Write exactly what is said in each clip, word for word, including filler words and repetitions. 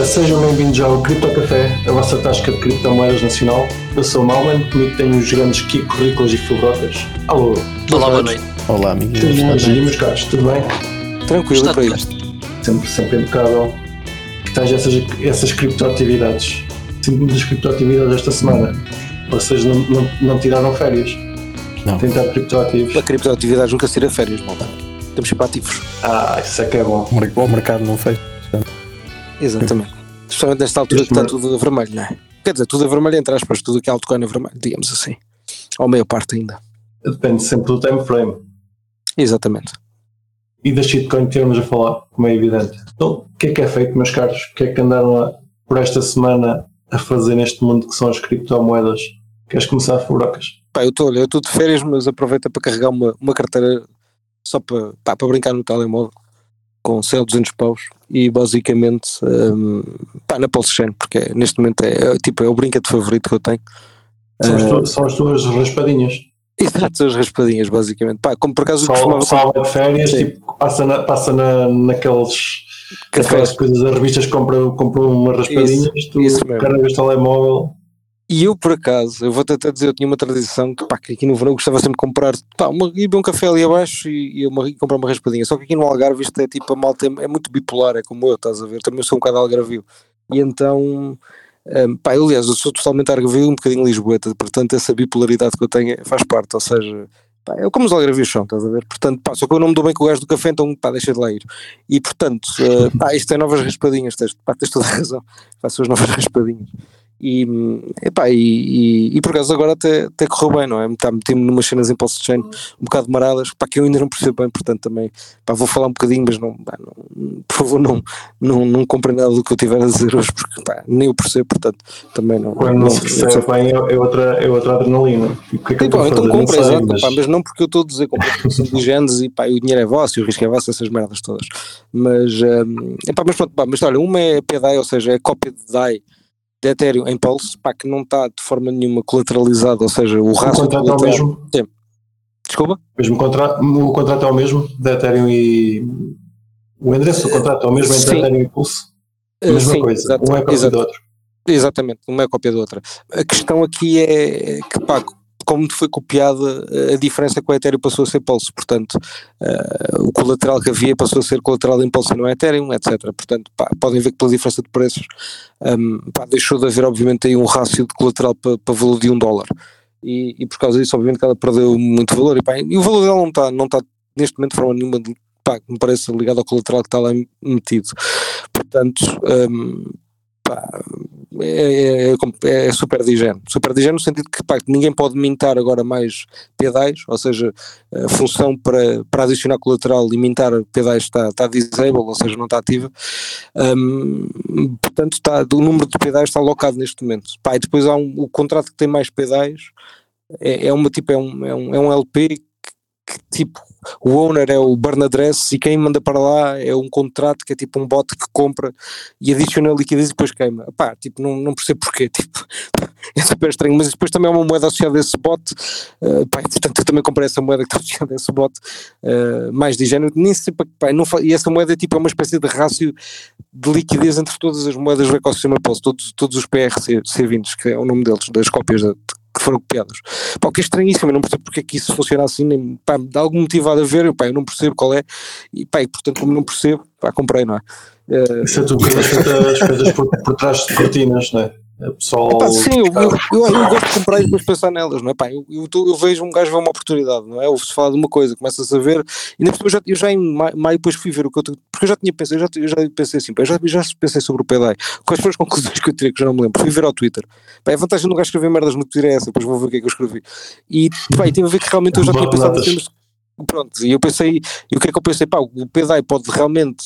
Ora, sejam bem-vindos ao Cripto Café, a vossa tasca de criptomoedas nacional. Eu sou o Malman, comigo tenho os grandes Kiko, Rícolas e Filbrotas. Alô. Olá, boa noite. Olá, amigos. E meus caros, tudo bem? Tranquilo, para isto. Sempre, sempre impecável. Que tens essas, essas criptoatividades. Sinto muitas criptoatividades esta semana. Vocês não, não, não tiraram férias? Não. Tentar criptoativos. A criptoatividade nunca se tira férias, Malman. Temos sempre ativos. Ah, isso é que é bom. O mercado não fez. Exatamente. Especialmente nesta altura este que está tudo a vermelho, não é? Quer dizer, tudo a vermelho entre aspas, tudo que é altcoin a vermelho, digamos assim. Ou meia parte ainda. Depende sempre do time frame. Exatamente. E da shitcoin que temos a falar, como é evidente. Então, o que é que é feito, meus caros? O que é que andaram a, por esta semana a fazer neste mundo que são as criptomoedas? Queres começar, Fubrocas? Pá, eu estou eu estou de férias, mas aproveita para carregar uma, uma carteira só para, pá, para brincar no telemóvel com cem ou duzentos paus e basicamente um, pá, na Pulse Chain, porque é, neste momento é, é, tipo, é o brinquedo favorito que eu tenho. São, uh, as, tuas, uh, são as tuas raspadinhas. Exato, as raspadinhas basicamente. Pá, como por acaso só, só vai de férias, tipo, passa, na, passa na, naqueles aquelas coisas, as revistas compram, compram umas raspadinhas, isso, tu isso carregas o telemóvel. E eu por acaso, eu vou até dizer, eu tinha uma tradição que, pá, que aqui no verão eu gostava sempre de comprar, pá, uma, ir beber um café ali abaixo e, e, uma, e comprar uma raspadinha, só que aqui no Algarve isto é tipo, a malta é, é muito bipolar, é como eu, estás a ver, também sou um bocado algarvio, e então, um, pá, eu, aliás, eu sou totalmente algarvio, um bocadinho lisboeta, portanto essa bipolaridade que eu tenho faz parte, ou seja, pá, é como os algarvios são, estás a ver, portanto, pá, só que eu não me dou bem com o gajo do café, então, pá, deixa de lá ir, e portanto, uh, pá, isto é novas raspadinhas, tens, pá, tens toda a razão, faço as novas raspadinhas. E, epá, e, e, e por acaso agora até, até correu bem, não é? Está metido numas cenas em Pulse Chain um bocado maradas, pá, que eu ainda não percebo bem, portanto também, pá, vou falar um bocadinho, mas não, pá, não por favor não, não, não comprem nada do que eu tiver a dizer hoje, porque pá, nem eu percebo, portanto também não. Quando não, não se percebe bem é outra, é outra adrenalina. O que é que então, eu então compra, exato, mas... pá, mas não porque eu estou a dizer que são diligentes e pá, o dinheiro é vosso e o risco é vosso, essas merdas todas, mas, um, epá, mas pronto, pá, mas olha, uma é P D A I, ou seja, é cópia de D A I de Ethereum em Pulse, pá, que não está de forma nenhuma colateralizado, ou seja, o rácio... O contrato é o mesmo? Sim. Desculpa? Mesmo contrato, o contrato é o mesmo de Ethereum e... O endereço do contrato é o mesmo entre Ethereum e Pulse? A mesma Sim, coisa, exato, um é cópia do outro. Exatamente, uma é cópia do outro. A questão aqui é que, pá, como foi copiada, a diferença é que o Ethereum passou a ser Pulse, portanto, uh, o colateral que havia passou a ser colateral em Pulse e não é Ethereum, etcétera. Portanto, pá, podem ver que pela diferença de preços, um, pá, deixou de haver, obviamente, aí um rácio de colateral para, para valor de um dólar. E, e por causa disso, obviamente, que ela perdeu muito valor. E, pá, e o valor dela não está, não está neste momento de forma nenhuma, pá, me parece ligado ao colateral que está lá metido. Portanto, um, pá, é, é, é, é super digeno, super digeno no sentido que, pá, ninguém pode mintar agora mais P D As, ou seja, a função para, para adicionar colateral e mintar P D As está, está disabled, ou seja, não está ativa, um, portanto está, o número de P D As está alocado neste momento. Pá, e depois há um, o contrato que tem mais P D As, é, é uma tipo, é um, é um, é um L P que, que tipo, o owner é o burn address e quem manda para lá é um contrato que é tipo um bot que compra e adiciona liquidez e depois queima. Pá, tipo, não, não percebo porquê, tipo, é super estranho, mas depois também há uma moeda associada a esse bot, uh, pá, portanto eu também comprei essa moeda que está associada a esse bot, uh, mais de género, nem sei para que, pá, não, e essa moeda tipo, é uma espécie de rácio de liquidez entre todas as moedas do ecossistema Pulse, todos, todos os P R C vinte, que é o nome deles, das cópias de, que foram copiadas. Pá, o que é estranhíssimo, eu não percebo porque é que isso funciona assim, nem, pá, dá algum motivo a ver, pá, eu não percebo qual é, e pá, e portanto como não percebo, pá, comprei, não é? Uh, isso é tudo coisas feitas, feitas por, por trás de cortinas, não é? É pessoal... Epá, sim, eu, eu, eu, eu gosto de comprar e depois pensar nelas, não é? Pá, eu, eu, eu vejo um gajo ver uma oportunidade, não é? Ouve-se falar de uma coisa, começa-se a ver, e depois eu já, eu já em maio, maio depois fui ver o que eu, porque eu já tinha pensado, eu já, eu já pensei assim, pá, eu já, já pensei sobre o P D A I, quais foram as conclusões que eu tirei, que eu já não me lembro, fui ver ao Twitter, pá, a vantagem de um gajo escrever merdas no Twitter é essa, depois vou ver o que é que eu escrevi, e pá, e tive a ver que realmente eu já tinha pensado assim, mas, pronto, e eu pensei, e o que é que eu pensei, pá, o P D A I pode realmente...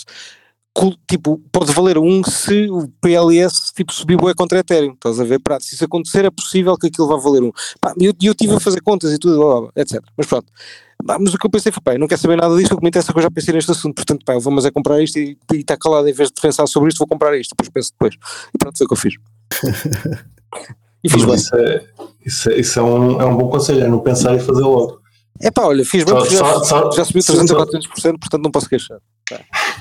tipo, pode valer um se o P L S tipo, subir bué contra Ethereum, estás a ver? Prato, se isso acontecer é possível que aquilo vá valer um. Pá, eu, eu tive a fazer contas e tudo, blá, blá, etcétera. Mas pronto, pá, mas o que eu pensei foi, pá, eu não quero saber nada disto, o que me interessa é que eu já pensei neste assunto, portanto, pá, eu vou mas é comprar isto e está calado, em vez de pensar sobre isto, vou comprar isto, depois penso depois. E pronto, foi o que eu fiz. E fiz bem. Isso, é, isso, é, isso é, um, é um bom conselho, é não pensar e fazer logo. É pá, olha, fiz bem, só, porque só, já, só, já subiu trezentos a quatrocentos por cento, portanto não posso queixar. Tá.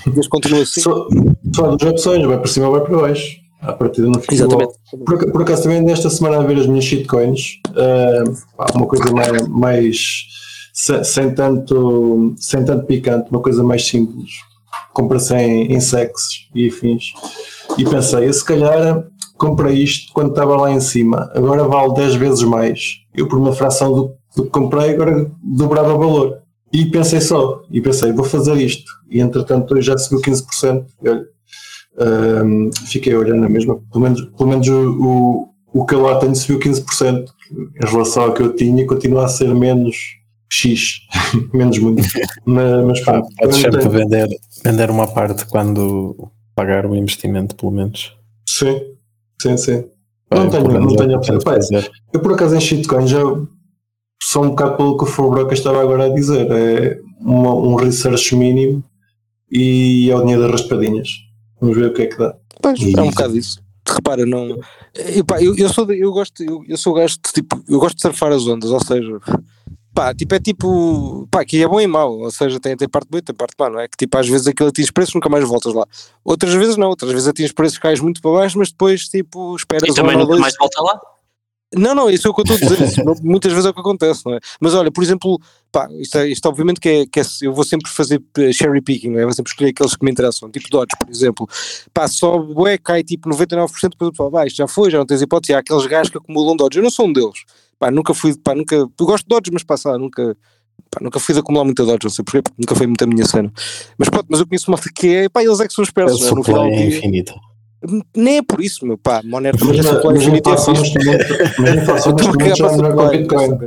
Desde continua assim. Só, só duas opções, vai para cima ou vai para baixo. A partida não fica Exatamente. igual. Por, por acaso também desta semana a ver as minhas shitcoins, uh, uma coisa mais, mais sem, sem, tanto, sem tanto picante, uma coisa mais simples. Comprei em, em sexos e afins. E pensei, eu se calhar comprei isto quando estava lá em cima, agora vale dez vezes mais. Eu por uma fração do, do que comprei agora dobrava o valor. E pensei só, e pensei, vou fazer isto. E entretanto hoje já subiu quinze por cento. E olha, um, fiquei a olhar na mesma. Pelo menos, pelo menos o, o, o que eu lá tenho subiu quinze por cento em relação ao que eu tinha e continua a ser menos X, menos muito. Mas, mas pronto. Podes sempre tenho... vender, vender uma parte quando pagar o investimento, pelo menos. Sim, sim, sim. Bem, não tenho, não tenho a opção. Eu por acaso em shitcoin já só um bocado pelo que o Fabroca estava agora a dizer, é uma, um research mínimo e é o dinheiro das raspadinhas. Vamos ver o que é que dá. Pois, e... é um bocado isso. Repara, não. Eu, pá, eu, eu, sou de, eu gosto, eu, eu sou gajo de tipo, eu gosto de surfar as ondas, ou seja, pá, tipo, é tipo, pá, que é bom e mau, ou seja, tem, tem parte boa e tem parte má, não é? Que tipo, às vezes aquilo atinge preços, nunca mais voltas lá. Outras vezes não, outras vezes atinge preços, cais muito para baixo, mas depois, tipo, esperas. E também nunca mais volta lá? Não, não, isso é o que eu estou a dizer, isso, muitas vezes é o que acontece, não é? Mas olha, por exemplo, pá, isto, é, isto obviamente que é, que é, eu vou sempre fazer cherry picking, não é? Vou sempre escolher aqueles que me interessam, tipo Dodge, por exemplo, pá, só ué, cai tipo noventa e nove por cento, depois o pessoal, vai, isto já foi, já não tens hipótese, há aqueles gajos que acumulam Dodge, eu não sou um deles, pá, nunca fui, pá, nunca, eu gosto de Dodge, mas pá, sabe, nunca, pá, nunca fui de acumular muita Dodge, não sei porquê, nunca foi muito a minha cena, mas pronto, mas eu conheço uma que é, pá, eles é que são espertos, não é? No final é infinito. Nem é por isso, meu pá, Monero também é supply infinito, é fixe. Mas a inflação neste momento já não é com o Bitcoin.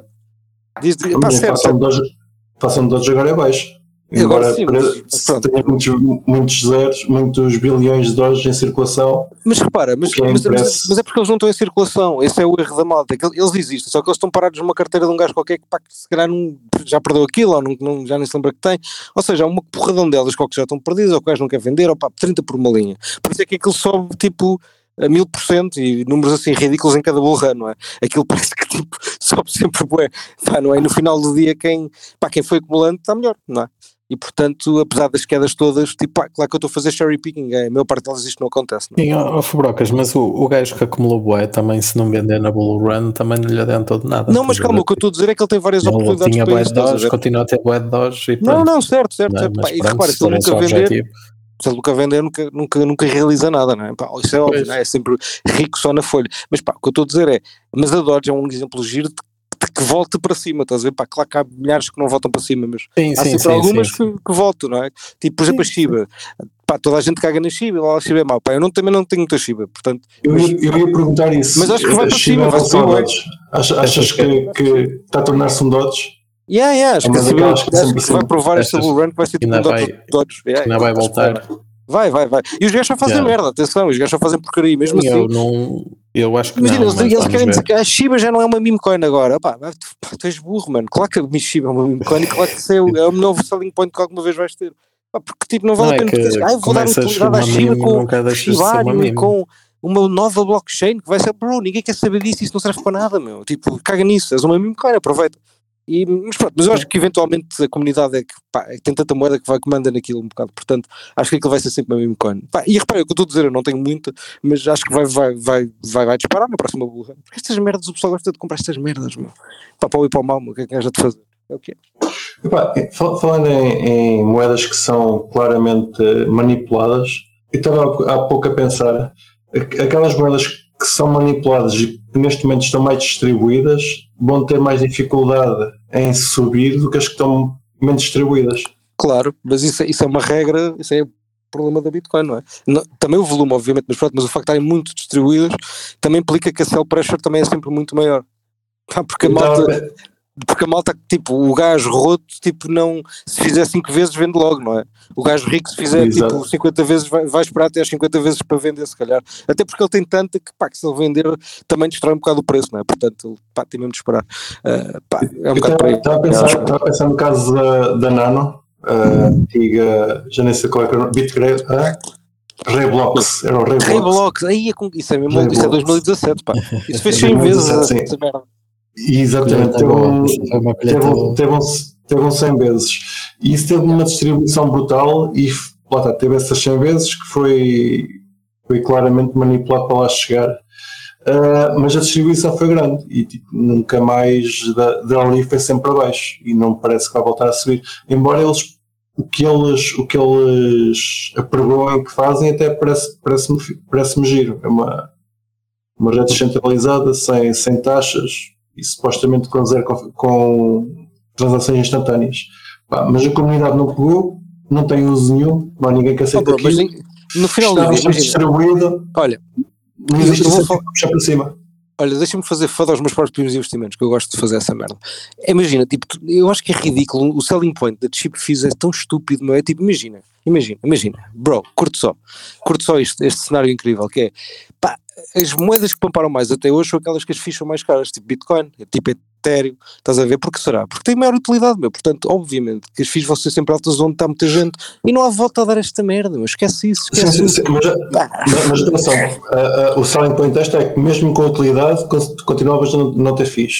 A inflação de Dodge agora é baixo. Embora tenha muitos, muitos zeros, muitos bilhões de dólares em circulação. Mas repara, mas, é mas, mas, mas é porque eles não estão em circulação. Esse é o erro da malta. Eles existem, só que eles estão parados numa carteira de um gajo qualquer que, pá, que se calhar não, já perdeu aquilo, ou não, não, já nem se lembra que tem. Ou seja, há uma porradão delas que já estão perdidas, ou que o gajo não quer vender, ou pá, trinta por uma linha. Por isso é que aquilo sobe tipo a mil por cento e números assim ridículos em cada bullrun, não é? Aquilo parece que tipo sobe sempre, bué, pá, não é? E no final do dia quem, pá, quem foi acumulando está melhor, não é? E portanto, apesar das quedas todas, tipo, pá, claro que eu estou a fazer cherry picking, é, a maior parte delas isto não acontece. Não? Sim, ó, ó Fubrocas, mas o, o gajo que acumulou bué também, se não vender na bull run, também não lhe adiantou de nada. Não, mas calma, o que eu estou a dizer é que ele tem várias ele oportunidades tinha para isso. Dodge, continua a ter bué de Dodge e pronto. Não, não, certo, certo, não, certo. Pá, e repara, se ele nunca vender, objetivo. se ele nunca vender, nunca, nunca, nunca realiza nada, não é? Pá, isso é óbvio, não é? É sempre rico só na folha. Mas pá, o que eu estou a dizer é, mas a Dodge é um exemplo giro de que volte para cima, estás a ver? Pá, claro que há milhares que não voltam para cima, mas sim, há sim, sempre sim, algumas sim, que, que voltam, não é? Tipo, por exemplo, sim, a Shiba. Pá, toda a gente caga na Shiba, lá a Shiba é mau. Pá, eu não, também não tenho muita Shiba, portanto... Eu, mas, ia, eu ia perguntar isso. Mas acho que vai para cima, vai subir. Achas, achas que, que está a tornar-se um Dodge? Yeah, yeah, acho, que, assim, que, acho que, acho que vai provar esta bull run que vai ser tipo um Dodge. Yeah, não vai voltar. Vai, vai, vai. E os gajos só fazem yeah. merda, atenção, os gajos só fazem porcaria, mesmo eu assim. Não, eu acho que imagina, não. Imagina, eles querem ver. dizer que a Shiba já não é uma meme coin agora. Pá, tu, tu és burro, mano. Claro que a Shiba é uma meme coin e claro que isso é o, é o novo selling point que alguma vez vais ter. Pá, porque tipo, não vale a pena. É ah, vou dar utilidade à Shiba com o Shibarium e com uma nova blockchain que vai ser, bro, ninguém quer saber disso, isso não serve para nada, meu. Tipo, caga nisso, és uma meme coin, aproveita. E, mas pronto, mas eu acho que eventualmente a comunidade é que, pá, é que tem tanta moeda que vai que manda naquilo um bocado, portanto acho que aquilo vai ser sempre uma meme coin. Pá, e repara, o que eu estou a dizer, eu não tenho muita, mas acho que vai, vai, vai, vai, vai disparar na próxima burra. Porque estas merdas, o pessoal gosta de comprar estas merdas, meu. Pá, para o ir para o mal, o que é que gajo de fazer? É o que é. Epá, falando em, em moedas que são claramente manipuladas, eu estava há pouco a pensar, aquelas moedas que são manipuladas e que neste momento estão mais distribuídas vão ter mais dificuldade em subir do que as que estão menos distribuídas. Claro, mas isso, isso é uma regra, isso é o problema da Bitcoin, não é? Não, também o volume, obviamente, mas pronto, mas o facto de estarem muito distribuídas também implica que a sell pressure também é sempre muito maior. Porque a malta... Então, porque a malta, tipo, o gajo roto, tipo, não, se fizer cinco vezes vende logo, não é? O gajo rico se fizer, exato, tipo, cinquenta vezes vai, vai esperar até às cinquenta vezes para vender, se calhar. Até porque ele tem tanta que, pá, que se ele vender também destrói um bocado o preço, não é? Portanto, pá, tem mesmo de esperar. Uh, pá, é um bocado para aí. Estava a pensar, estava a pensar no caso da, da Nano, a antiga, já nem sei qual é que era, Bitgrade, ah? Reblox, era o Reblox. Reblox, aí é com, isso é mesmo, Reblox. Isso é dois mil e dezassete, pá. Isso fez cem vezes essa merda. Exatamente, teve um, teve, teve, um, teve um cem vezes e isso teve uma distribuição brutal e lá está, teve essas cem vezes que foi, foi claramente manipulado para lá chegar. Uh, mas a distribuição foi grande e tipo, nunca mais da, dali foi sempre abaixo e não me parece que vai voltar a subir, embora eles o que eles, o que eles apregoam que fazem até parece, parece-me, parece-me giro, é uma, uma rede descentralizada sem, sem taxas e supostamente com, zero, com, com transações instantâneas. Pá, mas a comunidade não pegou, não tem uso nenhum, não há ninguém que aceite oh, bro, aquilo, no final está do dia, distribuído, olha, não existe eu vou falar... puxar para cima. Olha, deixa-me fazer foda aos meus próprios investimentos, que eu gosto de fazer essa merda. Imagina, tipo, eu acho que é ridículo, o selling point da chip fees é tão estúpido, não é? Tipo, imagina, imagina, imagina, bro, curte só, curte só isto, este cenário incrível, que é, pá, as moedas que pamparam mais até hoje são aquelas que as fees são mais caras, tipo Bitcoin, tipo Ethereum, estás a ver? Porque será? Porque tem maior utilidade, meu, portanto, obviamente, que as fees vão ser sempre altas onde está muita gente, e não há volta a dar esta merda, meu, esquece isso, esquece sim, isso. Sim, sim, mas, mas, mas atenção, uh, uh, o selling point desta é que mesmo com utilidade continuavas a não, não ter fees.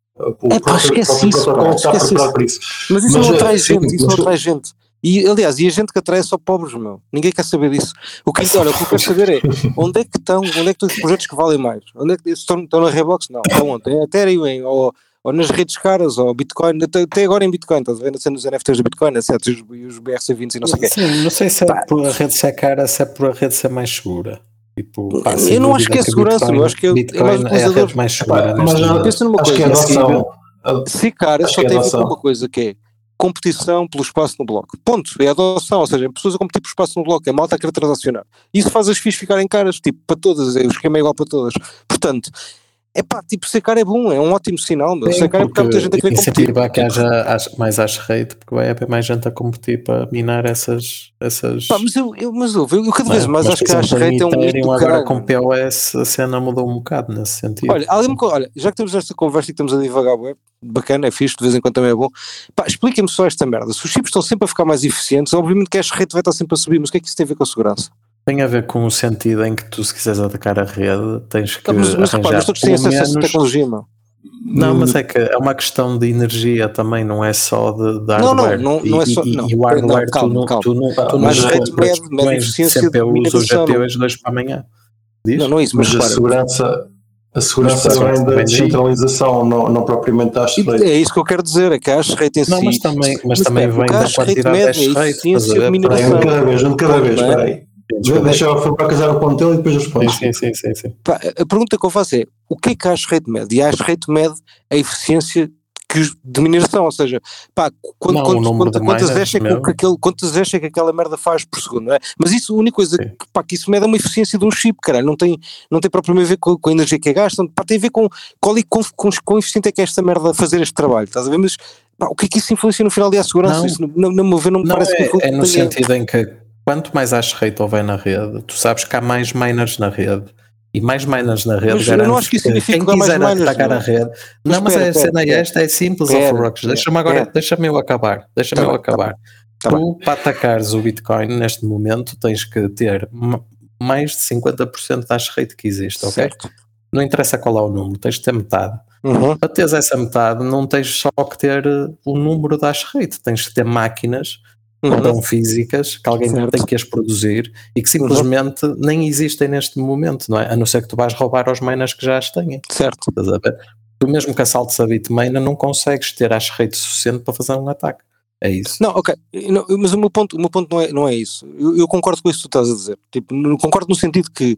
O é pá, esquece isso, pá, esquece isso. isso. Mas isso mas, não atrai sim, gente, isso não atrai gente. E, aliás, e a gente que atrai é só pobres, meu. Ninguém quer saber disso. O que, olha, o que eu quero saber é, onde é que estão, onde é que estão os projetos que valem mais? Onde é que estão, estão na Roblox? Não, estão onde? Em Ethereum, ou, ou nas redes caras, ou Bitcoin, até, até agora em Bitcoin, estás a ver? Nos N F Ts da Bitcoin, etcétera, e os, os B R C vinte e não sei o quê. Sim, não sei se é pá. por a rede ser cara, se é por a rede ser mais segura. Tipo, pá, eu não acho que é que segurança, Bitcoin, eu acho que é, Bitcoin é mais utilizador. É a rede mais segura. Pá, mas já, pensa numa coisa, que é adoção. Se cara, só tem a ver com uma coisa que é competição pelo espaço no bloco. Ponto. É adoção, ou seja, pessoas a competir pelo espaço no bloco, é malta a querer transacionar. Isso faz as fees ficarem caras, tipo, para todas, o esquema é igual para todas. Portanto, é pá, tipo, ser cara é bom, é um ótimo sinal, meu. Ser cara é porque há muita gente a querer competir. Incentivar que haja mais hash rate, porque vai haver mais gente a competir para minar essas... essas... Pá, mas eu, eu, mas eu, eu cada vez mais acho que a hash rate é um mito do agora caralho. Com P O S a cena mudou um bocado nesse sentido. Olha, alguém me, olha, já que temos esta conversa e que estamos a divagar, é bacana, é fixe, de vez em quando também é bom. Pá, expliquem-me só esta merda. Se os chips estão sempre a ficar mais eficientes, obviamente que a hash rate vai estar sempre a subir, mas o que é que isso tem a ver com a segurança? Tem a ver com o sentido em que tu, se quiseres atacar a rede, tens que mas, mas, arranjar mas todos têm acesso menos... a essa tecnologia, meu. Não, mas é que é uma questão de energia também, não é só de, de hardware. Não, não, não é só... E, não, e o hardware, não, calma, tu não, calma. tu não, tu não mas mede, mede eficiência C P Us de ou G P Us dois para amanhã. Diz? Não, não é isso, mas, mas repara, a segurança... A segurança vem da descentralização, não, não propriamente da hash rate. É isso que eu quero dizer, é que a hash rate em si... Não, mas também, mas mas também vem da quantidade de hash rate. Eficiência de mineração. Um de cada vez, um de cada vez, espera aí. Deixa eu para casar o ponto dele e depois respondo. Sim, sim, sim, sim. Pá, a pergunta que eu faço é, o que é que a hash rate mede? E a hash rate mede a eficiência que, de mineração, ou seja, pá, quanto, não, quanto, quanto, quantas hash é que, que aquele, quantas hash é que aquela merda faz por segundo, não é? Mas isso, a única coisa que, pá, que isso mede é uma eficiência de um chip, caralho, não tem, não tem propriamente a ver com, com a energia que é gasta, pá, tem a ver com qual e com, com, com eficiente é que é esta merda fazer este trabalho, estás a ver? Mas pá, o que é que isso influencia no final do dia a segurança? Não, isso, não, não, não, não me não parece é, que é no sentido em que quanto mais hash rate houver na rede, tu sabes que há mais miners na rede. E mais miners na rede, mas eu não acho que isso significa quem que quiser mais atacar a rede. Mas não, mas pera, a cena pera, esta é simples, pera, Rocks. Deixa-me agora, deixa-me eu acabar. Deixa-me tá eu bem, acabar. Tá tu, para atacares o Bitcoin, neste momento, tens que ter mais de cinquenta por cento da hash rate que existe, ok? Certo. Não interessa qual é o número, tens de ter metade. Uhum. Para teres essa metade, não tens só que ter o número da hash rate, tens que ter máquinas Uhum. tão físicas que alguém certo. tem que as produzir e que simplesmente uhum. nem existem neste momento, não é? A não ser que tu vais roubar aos miners que já as têm. Certo. Estás a ver? Tu mesmo que assaltes a Bitmain não consegues ter hash rate suficiente para fazer um ataque. É isso. Não, ok, não, mas o meu ponto, o meu ponto não, é, não é isso. Eu, eu concordo com isso que tu estás a dizer. Tipo, concordo no sentido que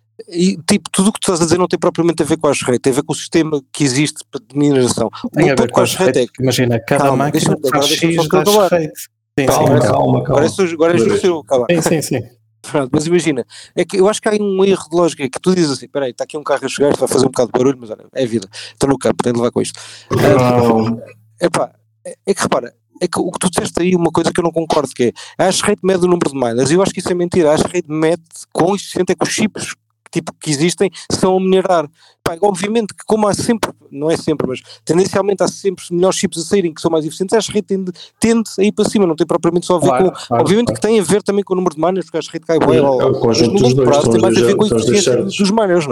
e, tipo, tudo o que tu estás a dizer não tem propriamente a ver com a hash rate, tem a ver com o sistema que existe de mineração. Tem a ver com a hash rate, é que, imagina, cada calma, máquina faz X da hash rate. Sim, calma, calma, calma. Agora é, agora é justo eu acabar. Sim, sim, sim. Pronto, mas imagina, é que eu acho que há um erro de lógica, é que tu dizes assim, espera aí, está aqui um carro a chegar, vai fazer um bocado de barulho, mas olha, é vida, estou no campo, tenho de levar com isto. Uh, epá, é, é que repara, é que o que tu disseste aí, uma coisa que eu não concordo, que é, a hash rate mede o número de miners, e eu acho que isso é mentira, a hash rate mede quão eficiente é que os chips tipo que existem são a minerar. Pá, obviamente que como há sempre, não é sempre, mas tendencialmente há sempre melhores chips a saírem que são mais eficientes, a hash rate tende, tende a ir para cima, não tem propriamente só a ver claro, com, claro, obviamente claro. que tem a ver também com o número de miners, porque a hash rate cai bem, é o mas no longo prazo tem mais a ver com a eficiência dos miners, não é?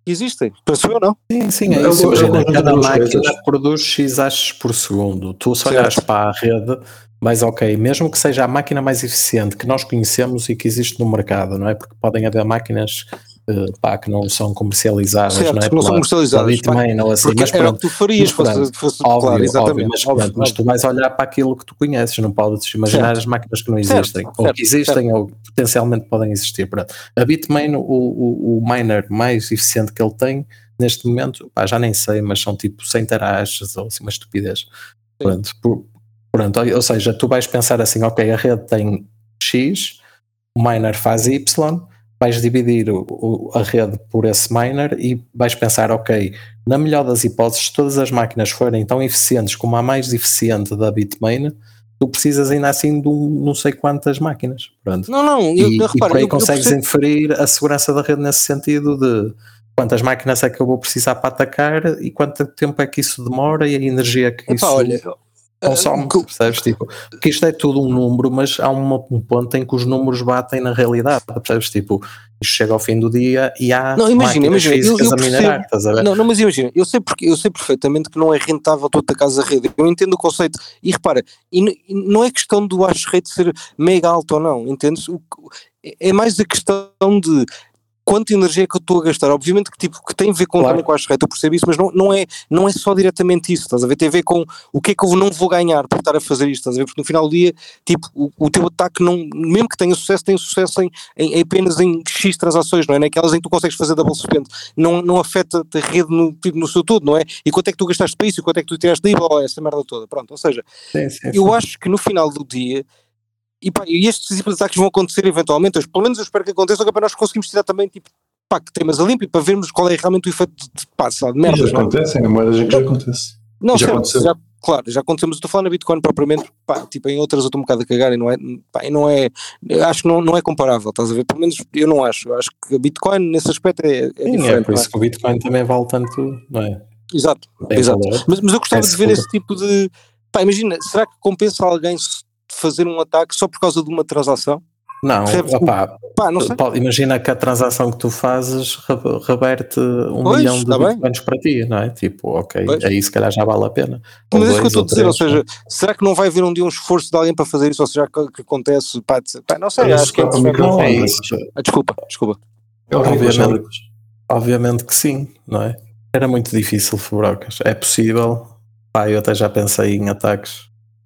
existem, penso eu, não? Sim, sim, é Eu- isso. eu- eu Imagina, conjunto cada duas máquina coisas. produz X hashes por segundo. Tu se Certo. olhares para a rede, mas ok, mesmo que seja a máquina mais eficiente que nós conhecemos e que existe no mercado, não é? Porque podem haver máquinas eh, pá, que não são comercializadas, Certo, não é? que não são Pela, comercializadas. pela Bitmain ou assim, Porque mas era o pronto. que tu farias, Mas pronto, fosse, fosse óbvio, claro, óbvio, exatamente. mas, óbvio, pronto, mas óbvio. tu vais olhar para aquilo que tu conheces, não podes imaginar Certo. as máquinas que não Certo, existem, ou certo, que existem ou que potencialmente podem existir. Pronto. A Bitmain, o, o, o miner mais eficiente que ele tem neste momento, pá, já nem sei, mas são tipo cem terahashes ou assim uma estupidez. Pronto, por, pronto, ou seja, tu vais pensar assim, ok, a rede tem X, o miner faz Y, vais dividir o, o, a rede por esse miner e vais pensar, ok, na melhor das hipóteses, se todas as máquinas forem tão eficientes como a mais eficiente da Bitmain, tu precisas ainda assim de um, não sei quantas máquinas. Pronto. Não, não, eu, E, eu, e repara, por aí eu, eu consegues percebo. inferir a segurança da rede nesse sentido de quantas máquinas é que eu vou precisar para atacar e quanto tempo é que isso demora e a energia que Epá, isso olha, consome, uh, que- percebes? Tipo, porque isto é tudo um número, mas há uma, um ponto em que os números batem na realidade, percebes? Tipo, isto chega ao fim do dia e há não, imagina, máquinas imagina, eu, físicas eu a minerar, percebo. estás a ver? Não, não, mas imagina, eu sei, porque, eu sei perfeitamente que não é rentável tu atacares a rede. Eu entendo o conceito. E repara, e, n- e não é questão do hash rate ser mega alto ou não, entendes? O que- é mais a questão de quanta energia é que eu estou a gastar. Obviamente que, tipo, que tem a ver com, Claro. também com a hash rate, eu percebo isso, mas não, não, é, não é só diretamente isso, estás a ver? Tem a ver com o que é que eu não vou ganhar por estar a fazer isto, estás a ver? Porque no final do dia, tipo, o, o teu ataque, não, mesmo que tenha sucesso, tem sucesso em, em, em apenas em X transações, não é? Naquelas em que tu consegues fazer double spend, não, não afeta a rede no, tipo, no seu todo, não é? E quanto é que tu gastaste para isso, e quanto é que tu tiraste daí, blá, blá, essa merda toda, pronto, ou seja, Sim, sim, eu sim. acho que no final do dia, e, pá, e estes tipos de ataques vão acontecer eventualmente, eu, pelo menos eu espero que aconteçam, que é para nós conseguirmos tirar também, tipo, pá, que temas a limpo e para vermos qual é realmente o efeito de, de, pá, sei lá, de E merdas, já não é? acontece, é moedas em que já acontece. Não, já certo, aconteceu. já, claro, já aconteceu, mas eu estou falando na Bitcoin propriamente, pá, tipo, em outras eu estou um bocado a cagar e não é, pá, e não é, eu acho que não, não é comparável, estás a ver? Pelo menos eu não acho, eu acho que a Bitcoin nesse aspecto é, é Sim, diferente, é por não é? isso que o Bitcoin também vale tanto, não é? Exato, Tem exato. valor, Mas, mas eu gostava é de ver seguro. esse tipo de, pá, imagina, será que compensa alguém se- fazer um ataque só por causa de uma transação? Não, Percebes? opá, Pá, não sei. pode- imagina que a transação que tu fazes re- reverte um Pois, milhão de está bem. bitcoins para ti, não é? Tipo, ok, Pois. aí se calhar já vale a pena. Ou Mas é isso que eu dois estou ou a dizer, ou três, não é? seja, será que não vai haver um dia um esforço de alguém para fazer isso, ou seja, que, que acontece, pá, de- pá, não sei, Olha, acho que é soprar para o interessante. Não é microfone, isso. Ricos. Ah, desculpa, desculpa. É o Ricos, é o Obviamente, Ricos. obviamente que sim, não é? Era muito difícil, Fubrocas. É possível. Pá, eu até já pensei em ataques,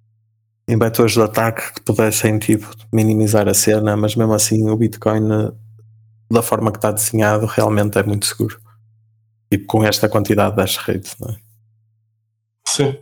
em vetores de ataque que pudessem tipo minimizar a cena, mas mesmo assim o Bitcoin, da forma que está desenhado, realmente é muito seguro. Tipo, com esta quantidade de hash rate, não é? Sim.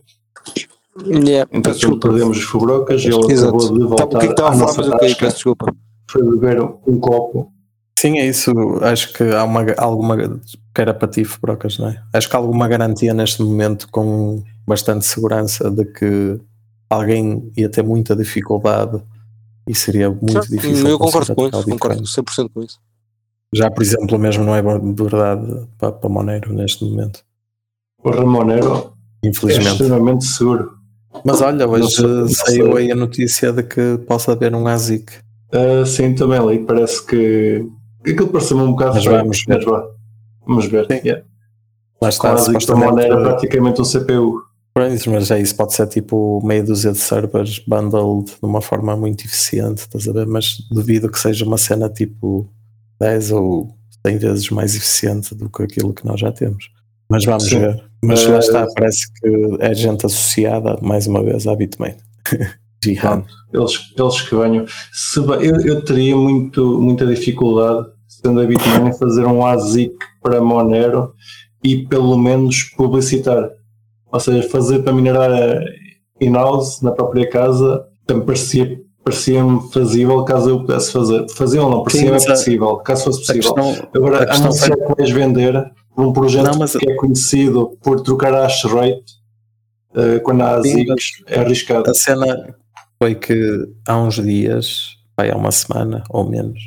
Yeah, peço Entretanto, desculpa. perdemos os Fubrocas e ele Exato. acabou de Tá, o que é que voltar estava à a falar, nossa mas eu caí, tasca. peço desculpa. Foi beber um copo. Sim, é isso. Acho que há uma, alguma que era para ti, Fubrocas, não é? Acho que há alguma garantia neste momento com bastante segurança de que alguém ia ter muita dificuldade e seria muito Certo. difícil Eu conseguir concordo com atacar o isso, Bitcoin. concordo cem por cento com isso. Já, por exemplo, mesmo não é verdade para, para Monero neste momento, O Ramonero é infelizmente. extremamente seguro. Mas olha, Não hoje sei, não saiu sei. aí a notícia de que possa haver um A S I C. Uh, sim, também li. Parece que aquilo pareceu-me um bocado Mas feio. vamos ver. Mas vá. Vamos ver. Sim. Yeah. Lá está, Quase que a supostamente. Monero é praticamente um C P U. Mas é isso, pode ser tipo meia dúzia de servers bundled de uma forma muito eficiente, estás a ver? Mas duvido que seja uma cena tipo dez ou cem vezes mais eficiente do que aquilo que nós já temos. Mas vamos Sim. ver. Mas Uh, lá está, parece que é gente associada mais uma vez à Bitmain. Jihan. Eles, eles que venham. Se, eu, eu teria muito, muita dificuldade, sendo a Bitmain, em fazer um A S I C para Monero e pelo menos publicitar. Ou seja, fazer para minerar in-house na própria casa também parecia, parecia-me fazível caso eu pudesse fazer. Fazível não, parecia-me possível, caso fosse possível. Questão, Agora, anunciar foi... que vais vender um projeto não, mas... que é conhecido por trocar a hash rate uh, quando há A S I Cs é arriscado. A cena foi que há uns dias, vai, há uma semana ou menos,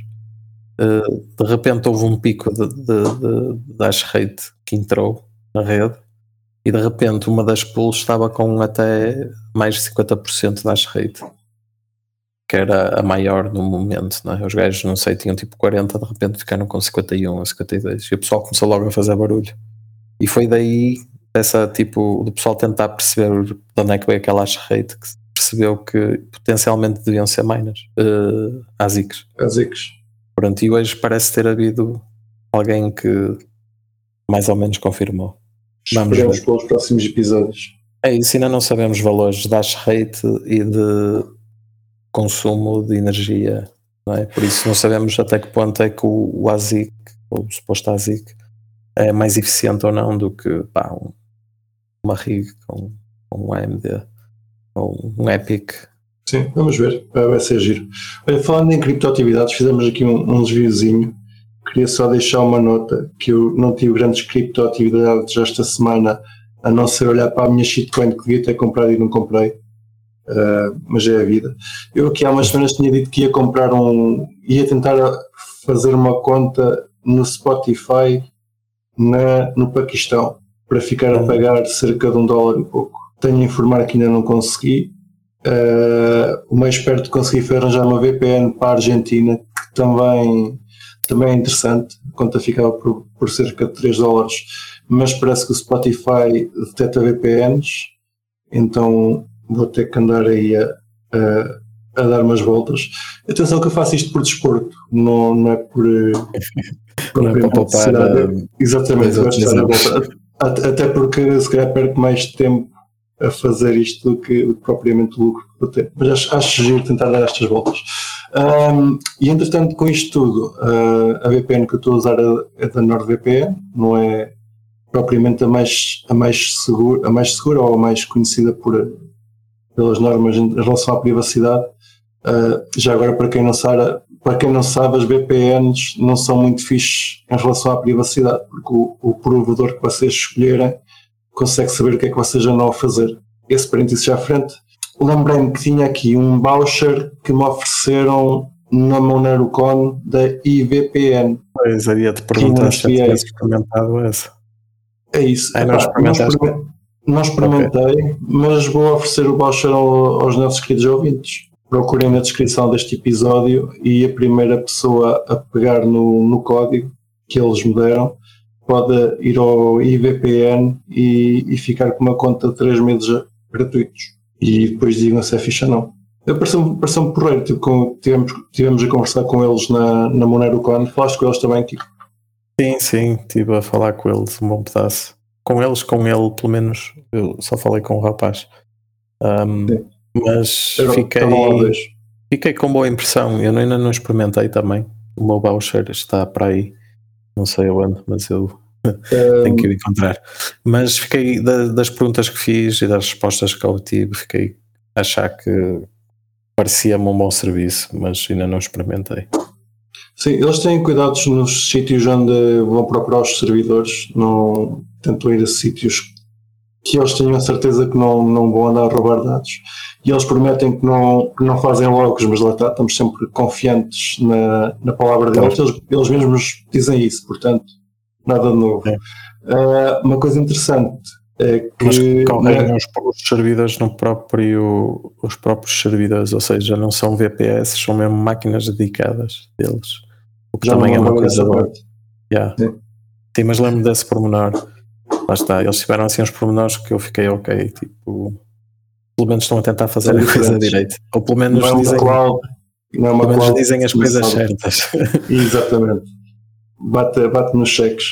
uh, de repente houve um pico de, de, de, de hash rate que entrou na rede. E de repente uma das pools estava com até mais de cinquenta por cento da hash rate. que era a maior no momento, não é? Os gajos, não sei, tinham tipo quarenta, de repente ficaram com cinquenta e um ou cinquenta e dois, e o pessoal começou logo a fazer barulho. E foi daí, essa tipo, do pessoal tentar perceber de onde é que veio aquela hash rate, que se percebeu que potencialmente deviam ser miners, uh, ASICs. ASICs. Pronto, e hoje parece ter havido alguém que mais ou menos confirmou. Vamos Esperemos ver. pelos próximos episódios. É isso, ainda não sabemos valores de hash rate e de consumo de energia, não é? Por isso não sabemos até que ponto é que o, o ASIC, ou o suposto ASIC, é mais eficiente ou não do que pá, um, uma rig com, com um A M D ou um Epic. Sim, vamos ver, vai ser giro. Olha, falando em criptoatividades, fizemos aqui um, um desviozinho. Queria só deixar uma nota que eu não tive grandes criptoatividades esta semana, a não ser olhar para a minha shitcoin que devia ter comprado e não comprei, uh, mas é a vida. Eu aqui há umas semanas tinha dito que ia comprar um, ia tentar fazer uma conta no Spotify na, no Paquistão, para ficar a pagar cerca de um dólar e pouco. Tenho a informar que ainda não consegui. Uh, o mais perto de conseguir foi arranjar uma V P N para a Argentina, que também, também é interessante. A conta ficava por, por cerca de três dólares, mas parece que o Spotify detecta V P Ns, então vou ter que andar aí a, a, a dar umas voltas. Atenção que eu faço isto por desporto, não, não é por... Não é para poupar. Uh, exatamente, gosto de dar a volta. Até porque se calhar perco mais tempo a fazer isto do que, do que propriamente o lucro que vou ter. Mas acho, acho giro tentar dar estas voltas. Um, e entretanto, com isto tudo, uh, a V P N que eu estou a usar é da NordVPN, não é propriamente a mais, a mais, segura, a mais segura ou a mais conhecida por, pelas normas em relação à privacidade. Uh, já agora, para quem não sabe, para quem não sabe, as V P Ns não são muito fixes em relação à privacidade, porque o, o provedor que vocês escolherem consegue saber o que é que vocês andam a fazer. Esse parênteses já à frente. Lembrei-me que tinha aqui um voucher que me ofereceram na MoneroCon da I V P N. Pois, havia-te perguntar se já tivesse experimentado essa. É isso. Ai, não, Epá, não, experimentei, não experimentei, okay. Mas vou oferecer o voucher ao, aos nossos queridos ouvintes. Procurem na descrição deste episódio e a primeira pessoa a pegar no, no código que eles me deram pode ir ao I V P N e, e ficar com uma conta de três meses gratuitos. E depois digam se é fixe ou não. Pareceu-me pareceu porreiro, tipo, com, tivemos, tivemos a conversar com eles na, na MoneroCon. Falaste com eles também, Kiko? Sim, sim, estive a falar com eles um bom pedaço. Com eles, com ele, pelo menos, eu só falei com o rapaz. Um, mas Era, fiquei, fiquei com boa impressão. Eu ainda não experimentei também. O meu voucher está para aí. Não sei onde, mas eu um, tenho que o encontrar. Mas fiquei, da, das perguntas que fiz e das respostas que obtive, fiquei a achar que parecia-me um bom serviço, mas ainda não experimentei. Sim, eles têm cuidados nos sítios onde vão procurar os servidores, não tentam ir a sítios que eles tenham a certeza que não, não vão andar a roubar dados. E eles prometem que não, que não fazem logos, mas lá está, estamos sempre confiantes na, na palavra deles. Eles, eles mesmos dizem isso, portanto, nada de novo. É. Uh, uma coisa interessante é que... Mas correm é, os, os servidores no próprio, os próprios servidores, ou seja, não são V P S, são mesmo máquinas dedicadas deles. O que também é uma coisa boa. Yeah. Sim. Sim, mas lembro desse pormenor. Lá está, eles tiveram assim uns pormenores que eu fiquei ok, tipo... Pelo menos estão a tentar fazer é a coisa direito. Ou pelo menos não dizem, cloud, não é uma pelo menos cloud, dizem as coisas certas. Exatamente. Bate, bate nos cheques.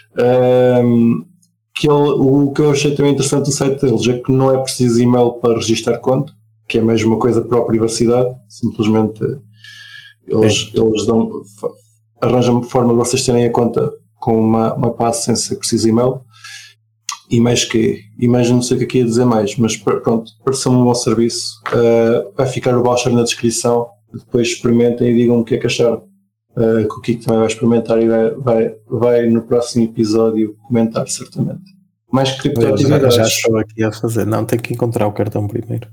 Um, que ele, o que eu achei também interessante do site deles é que não é preciso e-mail para registrar conta, que é mesmo uma coisa para a privacidade. Simplesmente eles, eles dão, arranjam uma forma de vocês terem a conta com uma, uma passe sem ser preciso e-mail. E mais que, e mais não sei o que aqui ia dizer mais, mas pronto, pareceu-me um bom serviço. Uh, vai ficar o voucher na descrição, depois experimentem e digam o que é que acharam. Uh, que o Kiko também vai experimentar e vai, vai, vai no próximo episódio comentar, certamente. Mais criptoatividades. Já, já estou aqui a fazer, não, tenho que encontrar o cartão primeiro.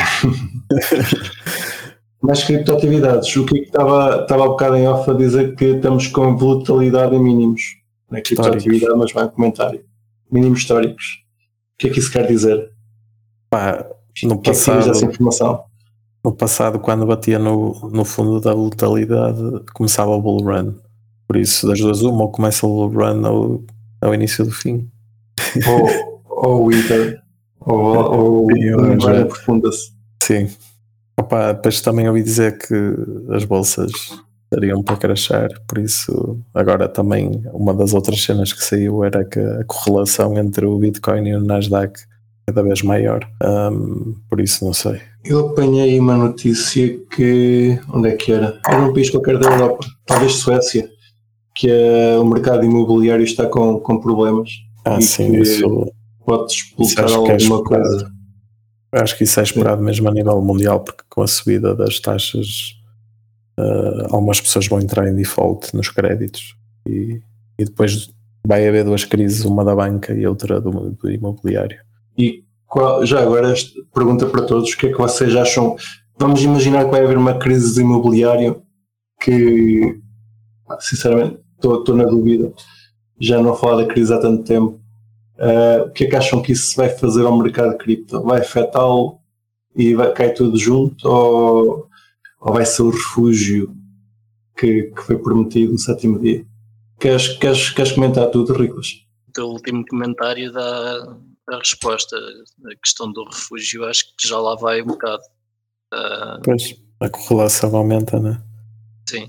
Mais criptoatividades. O Kiko estava, estava há bocado em off a dizer que estamos com volatilidade em mínimos. Não é criptoatividade, mas vai em comentário. Mínimos históricos. O que é que isso quer dizer? Pá, no que passado, é que essa informação? no passado, quando batia no, no fundo da volatilidade, começava o bull run. Por isso, das duas uma, ou começa o bull run ou ao início do fim. Ou, ou o Inter, ou, ou o Inter aprofunda-se. Sim. Opa, depois também ouvi dizer que as bolsas estariam para crashar, por isso agora também uma das outras cenas que saiu era que a correlação entre o Bitcoin e o Nasdaq é cada vez maior, um, por isso não sei. Eu apanhei uma notícia que, onde é que era? Era um país qualquer da Europa, talvez Suécia, que é, o mercado imobiliário está com, com problemas. Ah, e sim, que isso pode expulsar alguma coisa. Acho que isso é esperado sim. Mesmo a nível mundial, porque com a subida das taxas uh, algumas pessoas vão entrar em default nos créditos e, e depois vai haver duas crises, uma da banca e outra do, do imobiliário. E qual, já agora esta pergunta para todos, o que é que vocês acham? Vamos imaginar que vai haver uma crise de imobiliário que, sinceramente, estou na dúvida, já não falar da crise há tanto tempo. Uh, o que é que acham que isso vai fazer ao mercado de cripto? Vai afetá-lo e vai cair tudo junto, ou, ou vai ser o refúgio que, que foi prometido no sétimo dia? Queres, queres, queres comentar tudo, Riclas? O último comentário dá a resposta. A questão do refúgio acho que já lá vai um bocado. Uh, pois, a correlação aumenta, não é? Sim.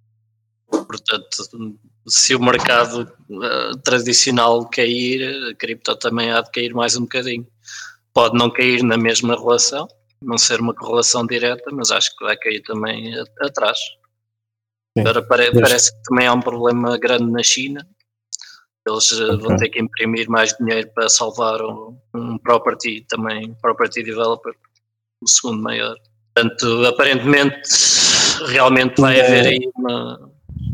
Portanto, se o mercado uh, tradicional cair, a cripto também há de cair mais um bocadinho. Pode não cair na mesma relação, não ser uma correlação direta, mas acho que vai cair também a, atrás. Sim. Agora pare, parece que também há um problema grande na China. Eles uh, okay. vão ter que imprimir mais dinheiro para salvar um, um property, também property developer, o segundo maior. Portanto, aparentemente, realmente vai é. haver aí uma...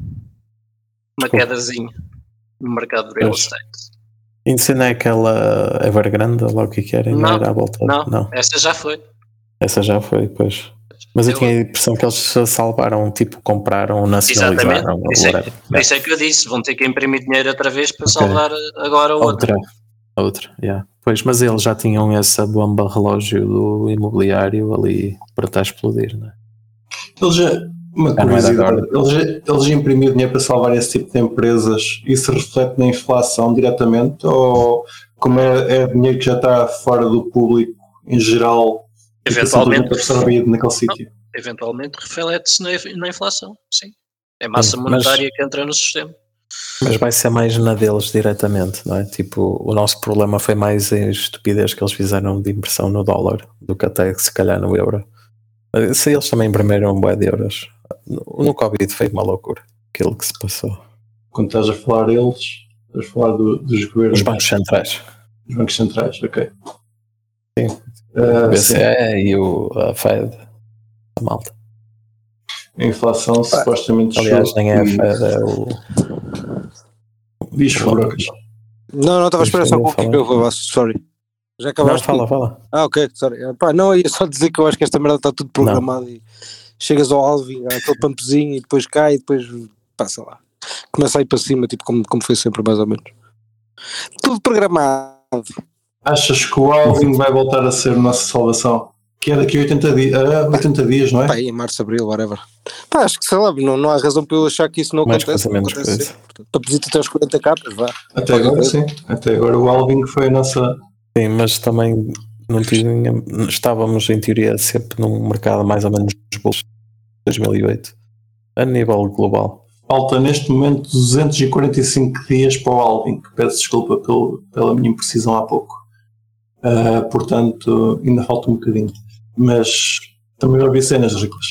uma quedazinha no mercado de real estate. Isso não é aquela Evergrande, lá o que que era, não, não era à volta? Não, não, essa já foi. Essa já foi, pois. Mas eu, eu tinha a impressão que eles se salvaram, tipo, compraram, nacionalizaram. Exatamente, isso é, por isso é que eu disse, vão ter que imprimir dinheiro outra vez para okay. salvar agora outra. Outra, outra, yeah. Pois, mas eles já tinham essa bomba relógio do imobiliário ali para estar a explodir, não é? Eles já... Uma curiosidade, eles, eles imprimem dinheiro para salvar esse tipo de empresas e se reflete na inflação diretamente, ou como é, é dinheiro que já está fora do público em geral, eventualmente absorvido naquele sítio? Eventualmente reflete-se na, na inflação, sim. É massa monetária mas, que entra no sistema. Mas vai ser mais na deles diretamente, não é? Tipo, o nosso problema foi mais a estupidez que eles fizeram de impressão no dólar do que até se calhar no euro. Se eles também imprimiram um bué de euros. No, no Covid foi uma loucura aquilo que se passou. Quando estás a falar deles, estás a falar do, dos governos. Os bancos centrais. Os bancos centrais, ok. Sim. Uh, o B C E sim. E o a Fed, a malta. A inflação ah, supostamente. Aliás, nem é a Fed, é o. Diz Brocas. Não, não, estava a esperar só um pouquinho que eu falasse, sorry. Já acabaste? Não, fala, fala. Ah, ok, sorry. Pá, não, ia só dizer que eu acho que esta merda está tudo programado não. E chegas ao alving, aquele pampezinho e depois cai e depois passa lá. Começa a ir para cima, tipo como, como foi sempre, mais ou menos. Tudo programado. Achas que o alving vai voltar a ser a nossa salvação? Que é daqui a oitenta dias, uh, oitenta dias, não é? Pá, em março, abril, whatever. Pá, acho que sei lá, não, não há razão para eu achar que isso não mais acontece. Menos acontece sempre. Portanto, para pedir até aos quarenta capas, vá. Até agora ver. Sim, até agora o alving foi a nossa... Sim, mas também não tinha, estávamos em teoria sempre num mercado mais ou menos dos bolsos de dois mil e oito, a nível global. Falta neste momento duzentos e quarenta e cinco dias para o alving, peço desculpa pelo, pela minha imprecisão há pouco. Uh, portanto, ainda falta um bocadinho. Mas também ouvi cenas ricas.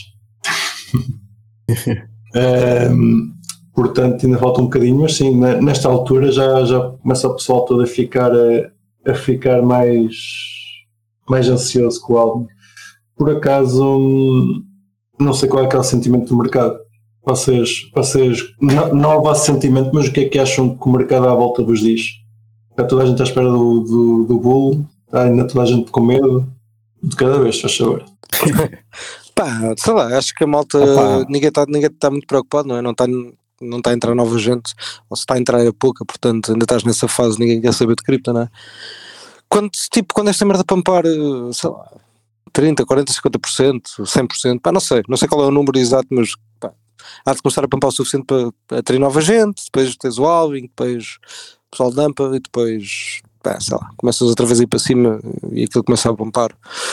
uh, portanto, ainda falta um bocadinho, mas sim, nesta altura já, já começa o pessoal todo a ficar, a, a ficar mais, mais ansioso com o álbum. Por acaso, não sei qual é aquele sentimento do mercado. Vocês, vocês não, não há o vosso sentimento, mas o que é que acham que o mercado à volta vos diz? Está toda a gente à espera do, do, do bull, está ainda toda a gente com medo de cada vez, faz favor. Pá, sei lá, acho que a malta, Opa. ninguém está ninguém tá muito preocupado, não é? Não está não tá a entrar nova gente, ou se está a entrar é pouca, portanto ainda estás nessa fase, ninguém quer saber de cripto, não é? Quando, tipo, quando esta merda pampar, sei lá, trinta, quarenta, cinquenta por cento, cem por cento, pá, não sei, não sei qual é o número exato, mas pá, há de começar a pampar o suficiente para atrair nova gente, depois tens o Alvin, depois o pessoal dampa e depois, pá, sei lá, começas outra vez a ir para cima e aquilo começa a pampar.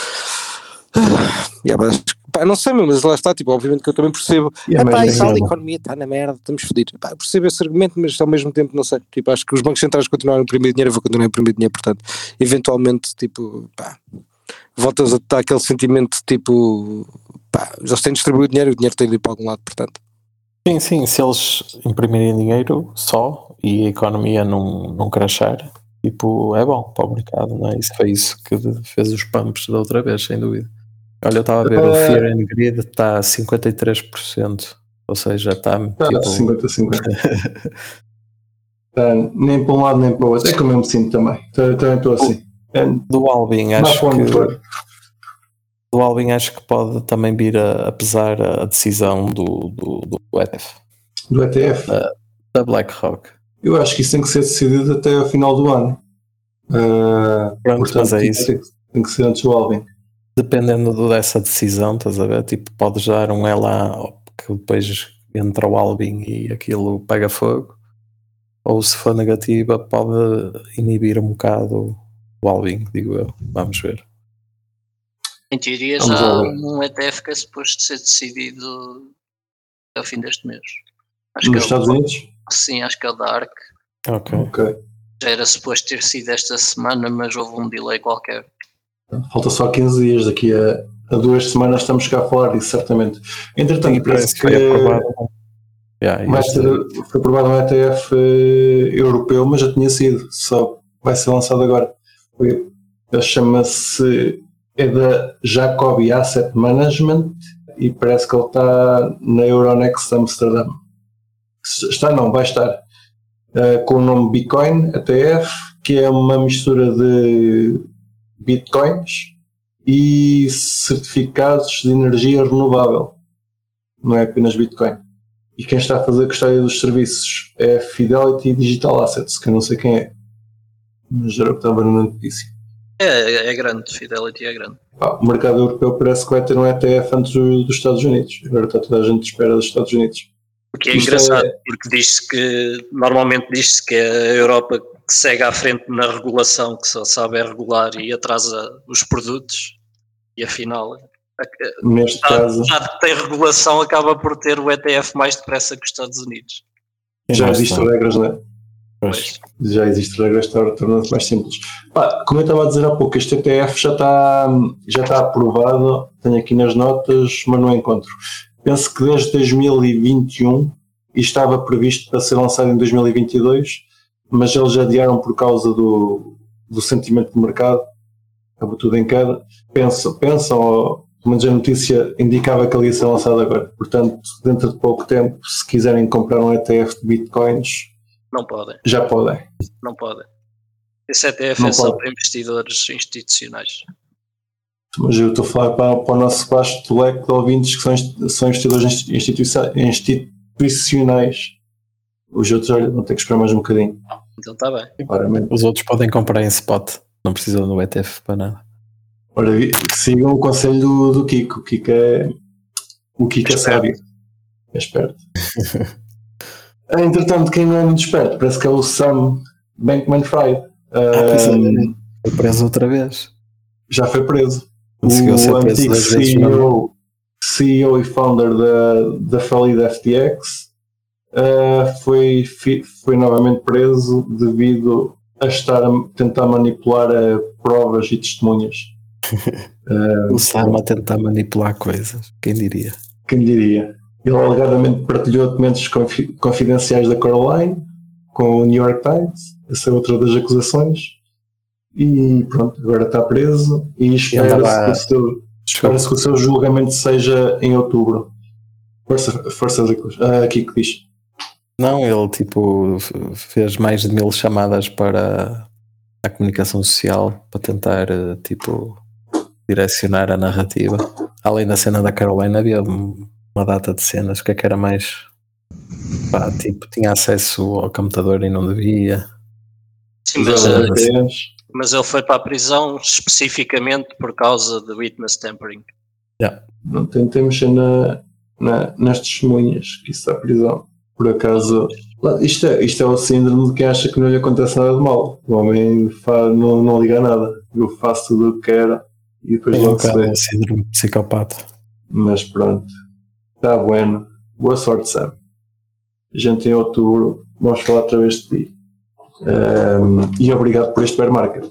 Yeah, mas, pá, não sei, mas lá está, tipo, obviamente que eu também percebo, Yeah, ah, pá, mas e tal, a é economia está na merda, estamos fodidos, pá, percebo esse argumento, mas ao mesmo tempo não sei, tipo, acho que os bancos centrais continuaram a imprimir dinheiro, eu vou continuar a imprimir dinheiro, portanto, eventualmente, tipo, pá, voltas a ter aquele sentimento, tipo, pá, eles têm de distribuir dinheiro e o dinheiro tem de ir para algum lado, portanto. Sim, sim, se eles imprimirem dinheiro só e a economia não, não crashar, tipo, é bom para o mercado, não é? Isso foi isso que fez os pumps da outra vez, sem dúvida. Olha, eu estava a ver, o Fear and Greed está a cinquenta e três por cento, ou seja, está Tá, tipo... cinquenta a cinquenta. Tá, nem para um lado nem para o outro. É que eu mesmo sinto também. Tá, também estou assim. É, Do Alvin, dá acho para onde que... for. Do Alvin acho que pode também vir a, a pesar a decisão do, do, do E T F. Do E T F? Da, da BlackRock. Eu acho que isso tem que ser decidido até ao final do ano. Uh, Pronto, portanto, mas é tem, isso. que- tem que ser antes do Alvin. Dependendo do- dessa decisão, estás a ver? Tipo, podes dar um E lá que depois entra o Alvin e aquilo pega fogo. Ou se for negativa, pode inibir um bocado o Alvin, digo eu. Vamos ver. Em teoria Vamos já há lá ver. um E T F que é suposto ser decidido até ao fim deste mês. Acho Nos que é Estados o, Unidos? sim, acho que é o da ARC. Ok. Ok. Já era suposto ter sido esta semana, mas houve um delay qualquer. Falta só quinze dias. Daqui a, a duas semanas estamos cá a falar disso, certamente. Entretanto, Sim, parece que foi aprovado. Yeah, vai este- ser, foi aprovado um E T F eh, europeu, mas já tinha sido. Só vai ser lançado agora. Foi- Ele chama-se é da Jacobi Asset Management e parece que ele está na Euronext Amsterdam. Está não, vai estar uh, com o nome Bitcoin E T F, que é uma mistura de bitcoins e certificados de energia renovável. Não é apenas Bitcoin. E quem está a fazer a custódia dos serviços é a Fidelity Digital Assets, que eu não sei quem é, mas era o que estava na notícia. É, é grande, Fidelity é grande. Ah, o mercado europeu parece que vai ter um E T F antes do, dos Estados Unidos. Agora está toda a gente de espera dos Estados Unidos. Porque é Isto engraçado, é- porque diz-se que, normalmente diz-se que é a Europa que segue à frente na regulação, que só sabe é regular e atrasa os produtos, e afinal, Neste já, caso, já que tem regulação, acaba por ter o E T F mais depressa que os Estados Unidos. já Nós existem não. regras, não é? Pois. Já existem regras, tor- torna-se mais simples. Pá, como eu estava a dizer há pouco, este E T F já está, já está aprovado, tenho aqui nas notas, mas não encontro. Penso que desde dois mil e vinte e um, e estava previsto para ser lançado em dois mil e vinte e dois, mas eles adiaram por causa do, do sentimento de mercado, acabou tudo em queda. Pensam, pensam, ou pelo menos a notícia indicava que ele ia ser lançado agora. Portanto, dentro de pouco tempo, se quiserem comprar um E T F de bitcoins, Não podem, já podem. não podem. Esse E T F Não é só pode. para investidores institucionais. Mas eu estou a falar para, para o nosso vasto leque de ouvintes que são, inst- são investidores instituiça- institucionais. Os outros, olha, vão ter que esperar mais um bocadinho. Então está bem. Claramente. Os outros podem comprar em spot, não precisam do E T F para nada. Ora, vi- sigam o conselho do, do Kiko. O Kiko é, o Kiko é sábio. É esperto. Ah, entretanto, quem não é muito esperto, parece que é o Sam Bankman-Fried. Ah, pois é. Ah, Foi preso outra vez. já foi preso. Conseguiu ser O preso antigo duas vezes C E na O, C E O e founder da, da falida F T X uh, foi, fi- foi novamente preso devido a estar a tentar manipular uh, provas e testemunhas. Uh, O Sam a tentar manipular coisas, quem diria? Quem diria? Ele alegadamente partilhou documentos confi- confidenciais da Caroline com o New York Times. Essa é outra das acusações. E pronto, agora está preso e espera-se andava- que, o seu- espera-se que o seu julgamento seja em outubro. Força, força ah, aqui que diz. Não, ele tipo f- fez mais de mil chamadas para a comunicação social para tentar eh, tipo direcionar a narrativa. Além da cena da Carolina havia um- uma data de cenas que é que era mais pá, tipo, tinha acesso ao computador e não devia. Sim, mas Usava uh, V P Ns. Mas ele foi para a prisão especificamente por causa do witness tampering. Yeah. Não tentemos ser na, na, nas testemunhas que isso está prisão. Por acaso, isto é, isto é o síndrome de quem acha que não lhe acontece nada de mal. O homem faz, não, não liga a nada. Eu faço tudo o que quero e depois É um logo se bocado vê. o síndrome de psicopata. Mas pronto, está bueno. Boa sorte, Sam. A gente em outubro vamos falar outra vez de ti. Um, e obrigado por este bear market.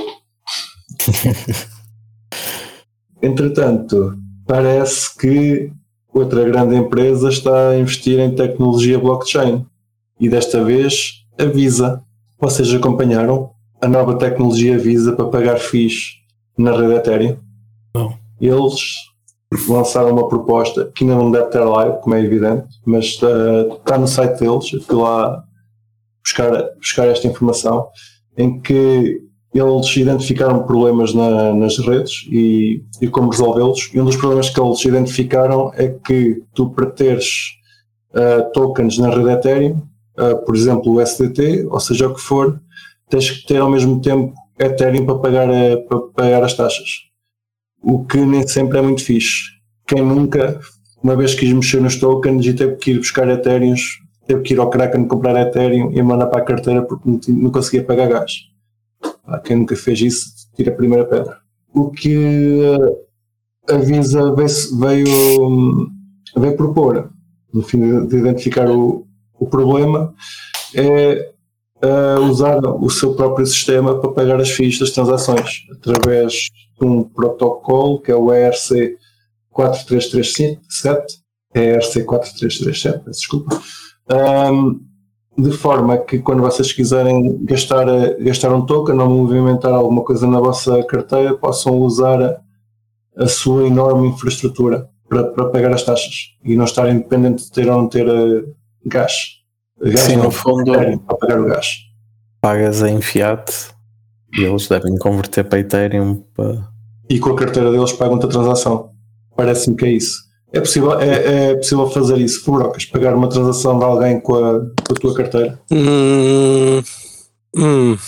Entretanto, parece que outra grande empresa está a investir em tecnologia blockchain e desta vez a Visa. Vocês acompanharam a nova tecnologia Visa para pagar fees na rede Ethereum? Não. Eles lançaram uma proposta que ainda não deve ter live, como é evidente, mas está, está no site deles. Eu fui lá buscar, buscar esta informação, em que eles identificaram problemas na, nas redes e, e como resolvê-los. E um dos problemas que eles identificaram é que tu, para teres uh, tokens na rede Ethereum, uh, por exemplo o S D T, ou seja o que for, tens que ter ao mesmo tempo Ethereum para pagar, a, para pagar as taxas. O que nem sempre é muito fixe. Quem nunca, uma vez quis mexer nos tokens e teve que ir buscar Ethereums, teve que ir ao Kraken comprar Ethereum e mandar para a carteira porque não, não conseguia pagar gás. Quem nunca fez isso, tira a primeira pedra. O que a Visa veio, veio, veio propor, no fim de identificar o, o problema, é uh, usar o seu próprio sistema para pagar as fees das transações, através de um protocolo que é o E R C quatro três três sete, E R C quatro três três sete, desculpa, um, de forma que quando vocês quiserem gastar, gastar um token ou movimentar alguma coisa na vossa carteira, possam usar a, a sua enorme infraestrutura para, para pagar as taxas e não estarem dependentes de ter ou não ter uh, gás. gás Sim, não, no fundo, Ethereum, para pagar o gás. pagas em fiat e eles devem converter para Ethereum para... E com a carteira deles pagam-te a transação. Parece-me que é isso. É possível, é, é possível fazer isso, Fubrocas, pagar uma transação de alguém com a, com a tua carteira? Hum, hum,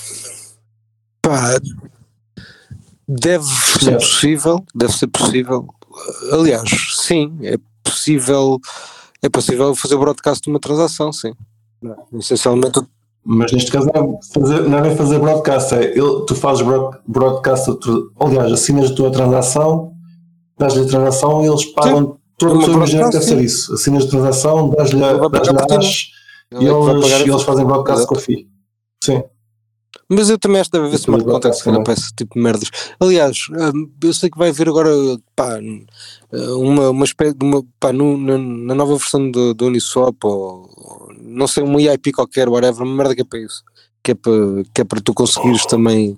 pá, deve ser Yes. possível, deve ser possível. Aliás, sim, é possível, é possível fazer broadcast de uma transação, sim. Essencialmente, Mas neste caso não é fazer, não é fazer broadcast, é ele, tu fazes broad, broadcast, tu, aliás, assinas a tua transação, dás-lhe a transação e eles pagam. Todo o imagino que deve ser isso. Assinas a transação, dás-lhe dás a hash e eles, e eles fazem broadcast com a F I I. Sim. Mas eu também acho que deve haver smart contracts para esse tipo de merdas. Aliás, eu sei que vai haver agora, pá, uma, uma espécie de uma, pá, no, na, na nova versão do, do Uniswap, ou não sei, uma E I P qualquer, whatever, uma merda que é para isso. Que é para, que é para tu conseguires também,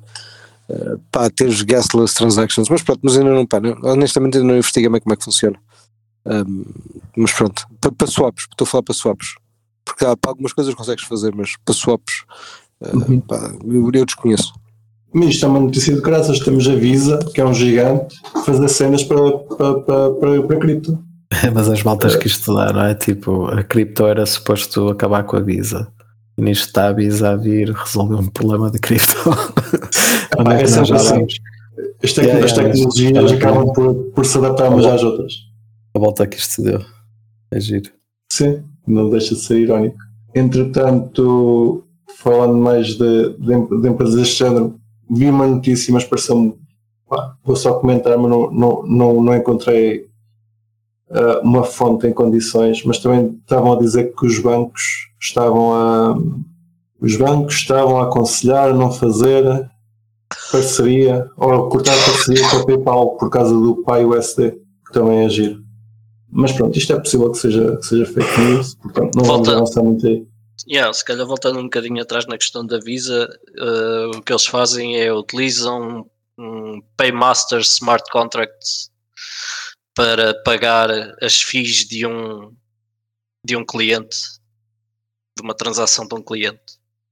pá, teres gasless transactions. Mas pronto, mas ainda não, pá, honestamente ainda não investiguei bem como é que funciona. Um, mas pronto, para, para swaps, estou a falar para swaps, porque há, para algumas coisas consegues fazer, mas para swaps, uh, uhum. pá, eu, eu desconheço. Mas isto é uma notícia de graças. Temos a Visa, que é um gigante, fazer cenas para, para, para, para, para cripto. Mas as maltas que estudar, não é? Tipo, a cripto era suposto acabar com a Visa. E nisto está a Visa a vir resolver um problema de cripto. Epá, é sempre assim. As, tec yeah, as yeah, tecnologias acabam por, por se adaptar umas às outras. A volta que isto deu. É giro. Sim, não deixa de ser irónico. Entretanto, falando mais de, de, de empresas deste género, vi uma notícia, mas pareceu-me, pá, vou só comentar, mas não, não, não, não encontrei uh, uma fonte em condições, mas também estavam a dizer que os bancos estavam a os bancos estavam a aconselhar a não fazer parceria ou cortar parceria com a PayPal por causa do Pi U S D, que também é giro. Mas pronto, isto é possível que seja, que seja fake news, portanto não Volta, vamos avançar muito aí. Yeah, se calhar voltando um bocadinho atrás na questão da Visa, uh, o que eles fazem é utilizam um Paymaster Smart Contracts para pagar as fees de um, de um cliente, de uma transação de um cliente.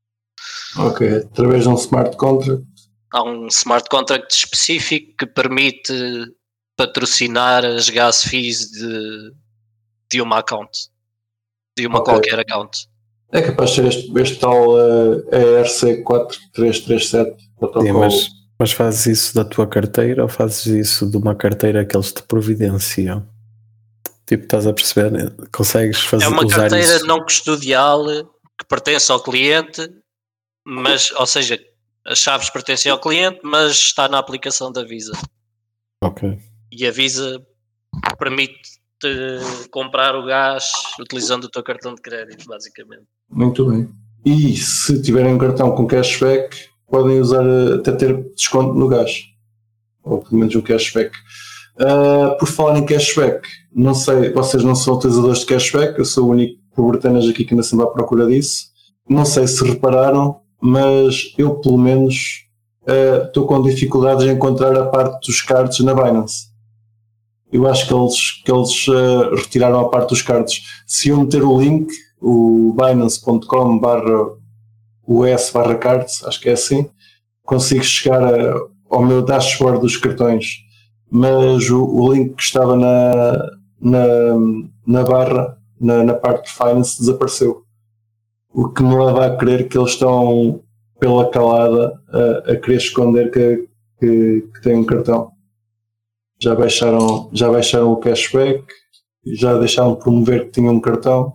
Ok, através de um Smart Contract. Há um Smart Contract específico que permite patrocinar as gas fees de, de uma account, de uma okay. qualquer account. É capaz de ser este, este tal uh, E R C quatro três três sete protocolo. Sim, mas, mas fazes isso da tua carteira ou fazes isso de uma carteira que eles te providenciam? Tipo, estás a perceber? Consegues fazer É uma usar carteira isso? não custodial que pertence ao cliente, mas, ou seja, as chaves pertencem ao cliente, mas está na aplicação da Visa. Ok. E a Visa permite-te comprar o gás utilizando o teu cartão de crédito, basicamente. Muito bem. E se tiverem um cartão com cashback, podem usar até ter desconto no gás. Ou pelo menos um cashback. Uh, por falar em cashback, não sei, vocês não são utilizadores de cashback, eu sou o único por Bretanas aqui que ainda sempre à procura disso. Não sei se repararam, mas eu pelo menos estou uh, com dificuldades em encontrar a parte dos cards na Binance. Eu acho que eles, que eles uh, retiraram a parte dos cards. Se eu meter o link, o binance ponto com barra us barra cards, acho que é assim, consigo chegar a, ao meu dashboard dos cartões. Mas o, o link que estava na, na, na barra, na, na parte de finance, desapareceu. O que me leva a crer que eles estão pela calada a, a querer esconder que, que, que têm um cartão. Já baixaram, já baixaram o cashback, já deixaram de promover que tinham um cartão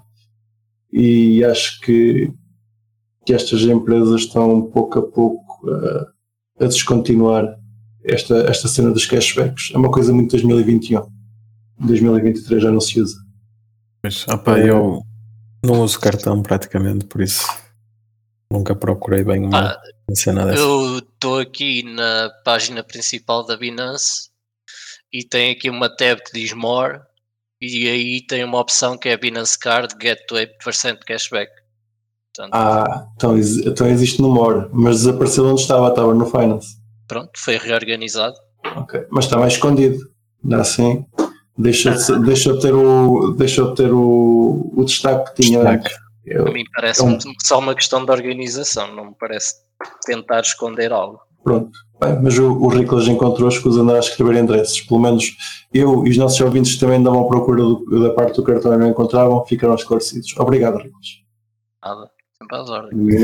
e acho que, que estas empresas estão pouco a pouco a, a descontinuar esta, esta cena dos cashbacks. É uma coisa muito dois mil e vinte e um. Em dois mil e vinte e três já não se usa. Pois, opa, é. Eu não uso cartão praticamente, por isso nunca procurei bem uma ah, cena dessa. Eu estou aqui na página principal da Binance e tem aqui uma tab que diz More e aí tem uma opção que é Binance Card Get to eight percent Cashback. Portanto, ah, então, então existe no More, mas desapareceu onde estava, estava no Finance. Pronto, foi reorganizado. Ok, mas está mais escondido. Dá assim, deixa de, deixa de ter, o, deixa de ter o, o destaque que tinha Destaque. antes. Eu, A mim parece é um... só uma questão de organização, não me parece tentar esconder algo. Pronto, bem, mas o, o Riclas encontrou as coisas andar a escrever endereços. Pelo menos eu e os nossos ouvintes também andavam à procura do, da parte do cartão e não encontravam, ficaram esclarecidos. Obrigado, Riclas. Nada, sempre às ordens.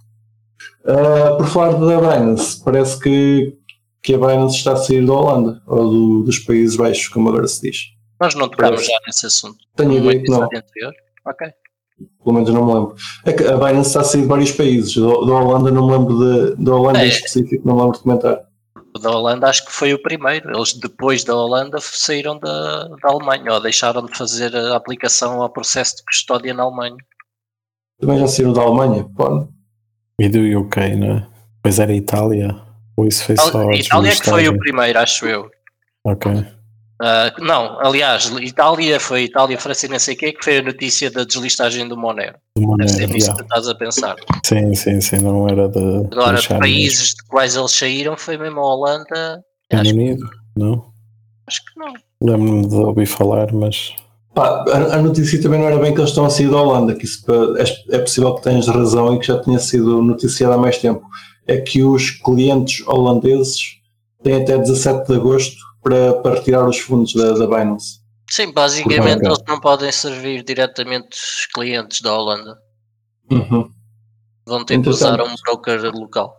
Uh, por falar da Binance, parece que, que a Binance está a sair da Holanda, ou do, dos Países Baixos, como agora se diz. Nós não tocámos já nesse assunto. Tenho ideia que não. Anterior? Ok. Pelo menos eu não me lembro. É que a Binance está a sair de vários países. Da, da Holanda não me lembro de, da Holanda é. em específico, não me lembro de comentar. Da Holanda acho que foi o primeiro. Eles depois da Holanda saíram da, da Alemanha, ou deixaram de fazer a aplicação ao processo de custódia na Alemanha. Também já saíram da Alemanha, pode? E do U K, não é? Pois era a Itália? Ou isso foi só a Itália é que foi o primeiro, acho eu. Ok. Uh, não, aliás, Itália foi Itália, França e não sei o que, que foi a notícia da deslistagem do Monero. Do Monero, Deve ser nisso yeah. que estás a pensar. Sim, sim, sim, não era de. Agora, de países mesmo. de quais eles saíram foi mesmo a Holanda. Reino Unido, não? Acho que não. Lembro-me de ouvir falar, mas. Pá, a, a notícia também não era bem que eles estão a sair da Holanda, que isso é, é possível que tenhas razão e que já tinha sido noticiado há mais tempo. É que os clientes holandeses têm até dezassete de agosto para, para retirar os fundos da, da Binance. Sim, basicamente eles não podem servir diretamente os clientes da Holanda. Uhum. Vão ter que usar um broker local.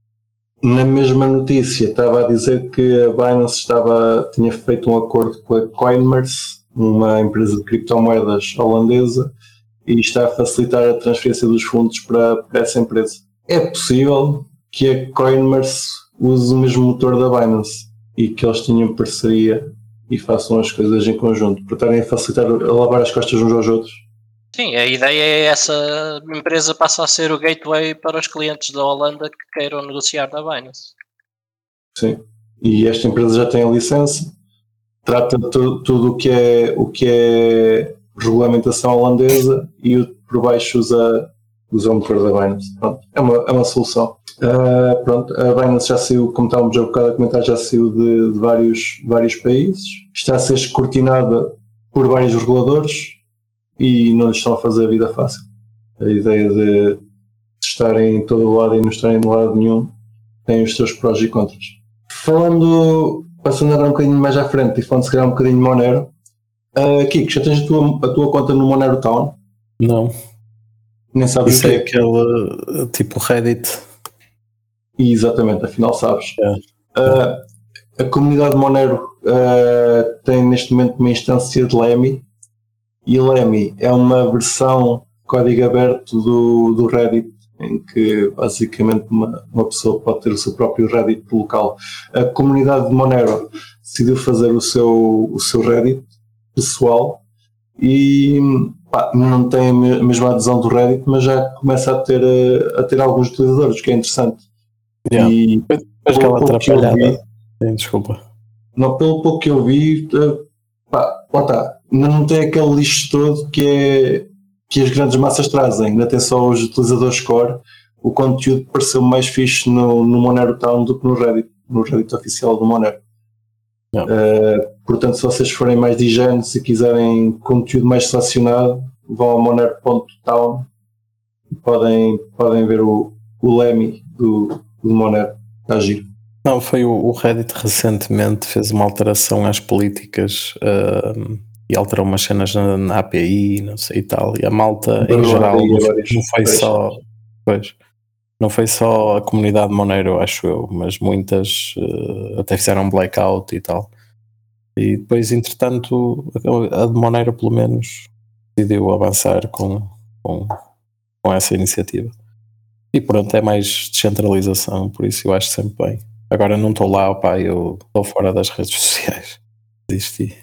Na mesma notícia estava a dizer que a Binance estava, tinha feito um acordo com a Coinmerce, uma empresa de criptomoedas holandesa, e está a facilitar a transferência dos fundos para, para essa empresa. É possível que a Coinmerce use o mesmo motor da Binance e que eles tenham parceria e façam as coisas em conjunto, para estarem a facilitar, a lavar as costas uns aos outros. Sim, a ideia é essa empresa passa a ser o gateway para os clientes da Holanda que queiram negociar na Binance. Sim, e esta empresa já tem a licença, trata de tudo, tudo o que é o que é regulamentação holandesa e o, por baixo usa, usa o motor da Binance. Pronto, é uma, é uma solução. Uh, pronto, a Binance já saiu, como estávamos há bocado a comentar, já saiu de, de vários, vários países, está a ser escrutinada por vários reguladores e não lhes estão a fazer a vida fácil. A ideia de, de estarem em todo o lado e não estarem de lado nenhum tem os seus prós e contras. Falando, passando agora um bocadinho mais à frente e falando se calhar um bocadinho de Monero, uh, Kiko, já tens a tua, a tua conta no Monero Town? Não. Nem sabes Isso o que é é. aquele tipo Reddit. E exatamente, afinal sabes. É. Uh, a comunidade Monero uh, tem neste momento uma instância de Lemmy, e Lemmy é uma versão código aberto do, do Reddit, em que basicamente uma, uma pessoa pode ter o seu próprio Reddit local. A comunidade de Monero decidiu fazer o seu, o seu Reddit pessoal e pá, não tem a mesma adesão do Reddit, mas já começa a ter, a ter alguns utilizadores, o que é interessante. Yeah. E Depois pelo aquela pouco que eu vi, atrapalhada. Sim, desculpa. não, pelo pouco que eu vi, pá, lá está, não tem aquele lixo todo que, é, que as grandes massas trazem, ainda tem só os utilizadores core. O conteúdo pareceu mais fixe no, no Monero Town do que no Reddit, no Reddit oficial do Monero. Yeah. Uh, portanto, se vocês forem mais digentes e quiserem conteúdo mais selecionado, vão ao monero ponto town e podem, podem ver o, o Lemmy do, do Monero. Está giro. Não, foi o, o Reddit recentemente fez uma alteração às políticas uh, e alterou umas cenas na, na A P I, não sei e tal, e a malta em geral não, não foi só pois, não foi só a comunidade Monero, acho eu, mas muitas uh, até fizeram blackout e tal. E depois, entretanto, a de Monero pelo menos decidiu avançar com, com, com essa iniciativa. E pronto, é mais descentralização, por isso eu acho sempre bem. Agora não estou lá, opá, eu estou fora das redes sociais. Desisti.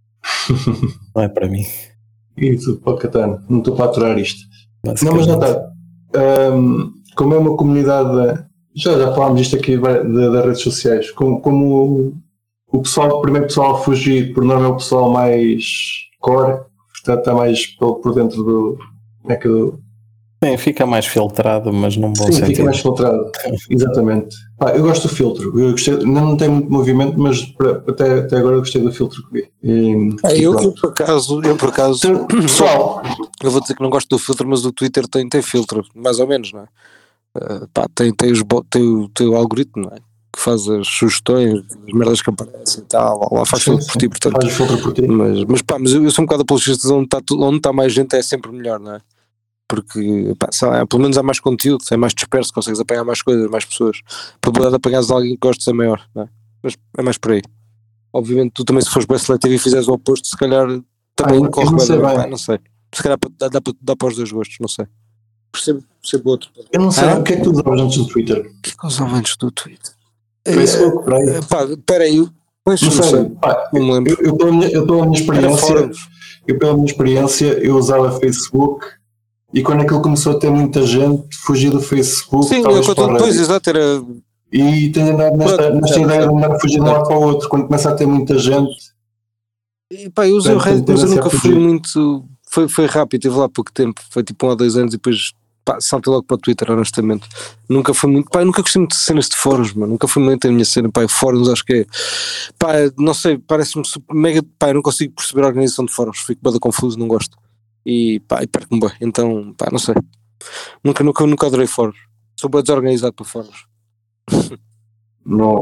Não é para mim. Isso, pô, Catano, não estou para aturar isto. Não, Basicamente. mas não está. Um, como é uma comunidade, já, já falámos disto aqui de- das redes sociais, como, como o pessoal, o primeiro pessoal a fugir, por norma é o pessoal mais core, portanto está mais por, por dentro do. Como é que do Sim, fica mais filtrado, mas num bom sim, sentido. fica mais filtrado. Exatamente. Pá, eu gosto do filtro. Eu gostei, não, não tem muito movimento, mas para- até, até agora eu gostei do filtro que vi. E, Ah, e eu, pronto. eu por acaso, eu por acaso, Então, pessoal, eu vou dizer que não gosto do filtro, mas o Twitter tem, tem filtro, mais ou menos, não é? Uh, pá, tem, tem, os, bo- tem, o, tem o algoritmo, não é? Que faz as sugestões, as merdas que aparecem e tal, lá faz sim, tudo por sim, ti, portanto. faz o filtro por ti. Mas, mas pá, mas eu, eu sou um bocado apologista, onde está onde está mais gente é sempre melhor, não é? Porque, pá, sei lá, pelo menos há mais conteúdo, é mais disperso, consegues apanhar mais coisas, mais pessoas. A probabilidade de apanhares alguém que gostes é maior, não é? Mas é mais por aí. Obviamente, tu também, se fores bem seletivo e fizeres o oposto, se calhar também Ah, eu corre não bem, sei bem, bem. pá, não sei. Se calhar dá, dá, para- dá para os dois gostos, não sei. Percebo, percebo outro. Eu não sei Ah? o que é que tu usavas antes do Twitter. O que é que eu usava antes do Twitter? Facebook, por aí. Eh, pá, peraí, eu- pois Não não sei, sei, pá, não me lembro. eu, eu, pela minha, eu pela minha Era experiência, fóruns. eu pela minha experiência, eu usava Facebook e quando aquilo começou a ter muita gente, fugi do Facebook, Sim, eu talvez conto para o depois, Reddit. exato, era. E tenho andado nesta, Pronto, nesta certo, ideia certo. de andar fugindo de um lado para o outro. Quando começa a ter muita gente, E, pá, eu usei o Tenho Reddit, mas eu tendência a nunca fui fugir. muito. Foi, foi rápido, teve lá pouco tempo, foi tipo um ou dois anos e depois pá, saltei logo para o Twitter, honestamente. Nunca foi muito. Pá, eu nunca gostei muito de cenas de fóruns, mano. Nunca foi muito a minha cena. Pá, fóruns acho que é. Pá, não sei, parece-me super- mega. Pá, eu não consigo perceber a organização de fóruns, fico bem confuso, não gosto. E pá, e perco-me bem. Então, pá, não sei. Nunca, nunca, nunca adorei fóruns. Sou bem desorganizado para fóruns. não.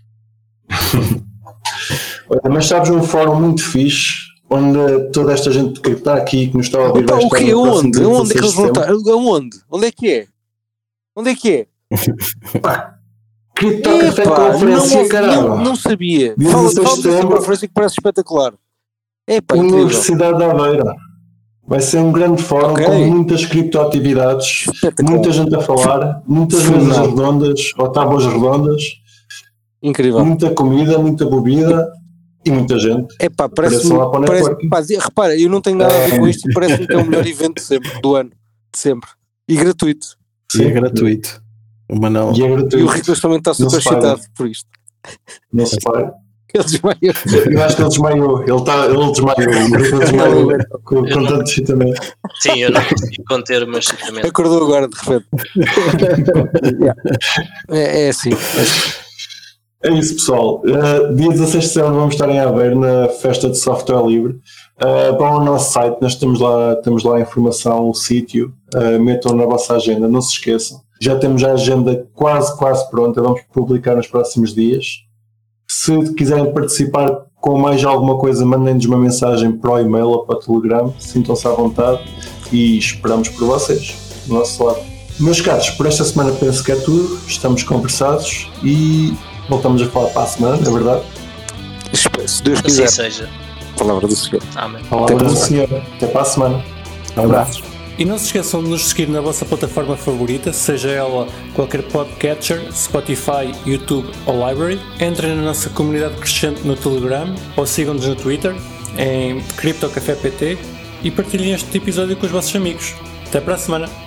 Olha, mas sabes um fórum muito fixe, onde toda esta gente que está aqui, que nos está a ouvir, Opa, vai o estar quê? no próximo Onde? dia Onde é que dezasseis eles de vão setembro. estar? Aonde? Onde é que é? Onde é que é? Cripto Café Epá, não, Conferência, ouvi, caramba. não, não sabia. Dia Fala, dezasseis de fala dessa setembro. conferência que parece espetacular. Epá, incrível. Universidade da Aveira. Vai ser um grande fórum Ok. com muitas criptoatividades, Espetacular. muita gente a falar, muitas Fenomenal. mesas redondas ou tábuas redondas, Incrível. muita comida, muita bebida e muita gente. Epá, Apareçam parece-me. lá para o Parece, networking. pá, repara, eu não tenho nada a ver com isto e parece-me que é o melhor evento de sempre, do ano. De sempre. E gratuito. E é gratuito. O Manel, E é gratuito. E o Riclas também está Não super se paga. excitado por isto. Não se paga. Ele desmaiou. Eu acho que ele desmaiou. Ele, tá, ele desmaiou. O Rico desmaiou com, com tanto excitamento. Sim, eu não consigo conter o meu excitamento. Acordou agora, de repente. é, é assim. É assim. É isso, pessoal. Uh, dia dezasseis de setembro vamos estar em Aveiro na festa de software livre. Uh, vão ao nosso site, nós temos lá, temos lá a informação, o sítio. Uh, metam na vossa agenda, não se esqueçam. Já temos a agenda quase, quase pronta. Vamos publicar nos próximos dias. Se quiserem participar com mais alguma coisa, mandem-nos uma mensagem para o e-mail ou para o Telegram. Sintam-se à vontade e esperamos por vocês. do nosso lado. Meus caros, por esta semana penso que é tudo, estamos conversados e voltamos a falar para a semana, é verdade? Se Deus quiser. Assim seja. Palavra do Senhor. Amém. Palavra do Senhor. Até para a semana. Um abraço. E não se esqueçam de nos seguir na vossa plataforma favorita, seja ela qualquer podcatcher, Spotify, YouTube ou Library. Entrem na nossa comunidade crescente no Telegram ou sigam-nos no Twitter em CryptoCafé P T e partilhem este episódio com os vossos amigos. Até para a semana!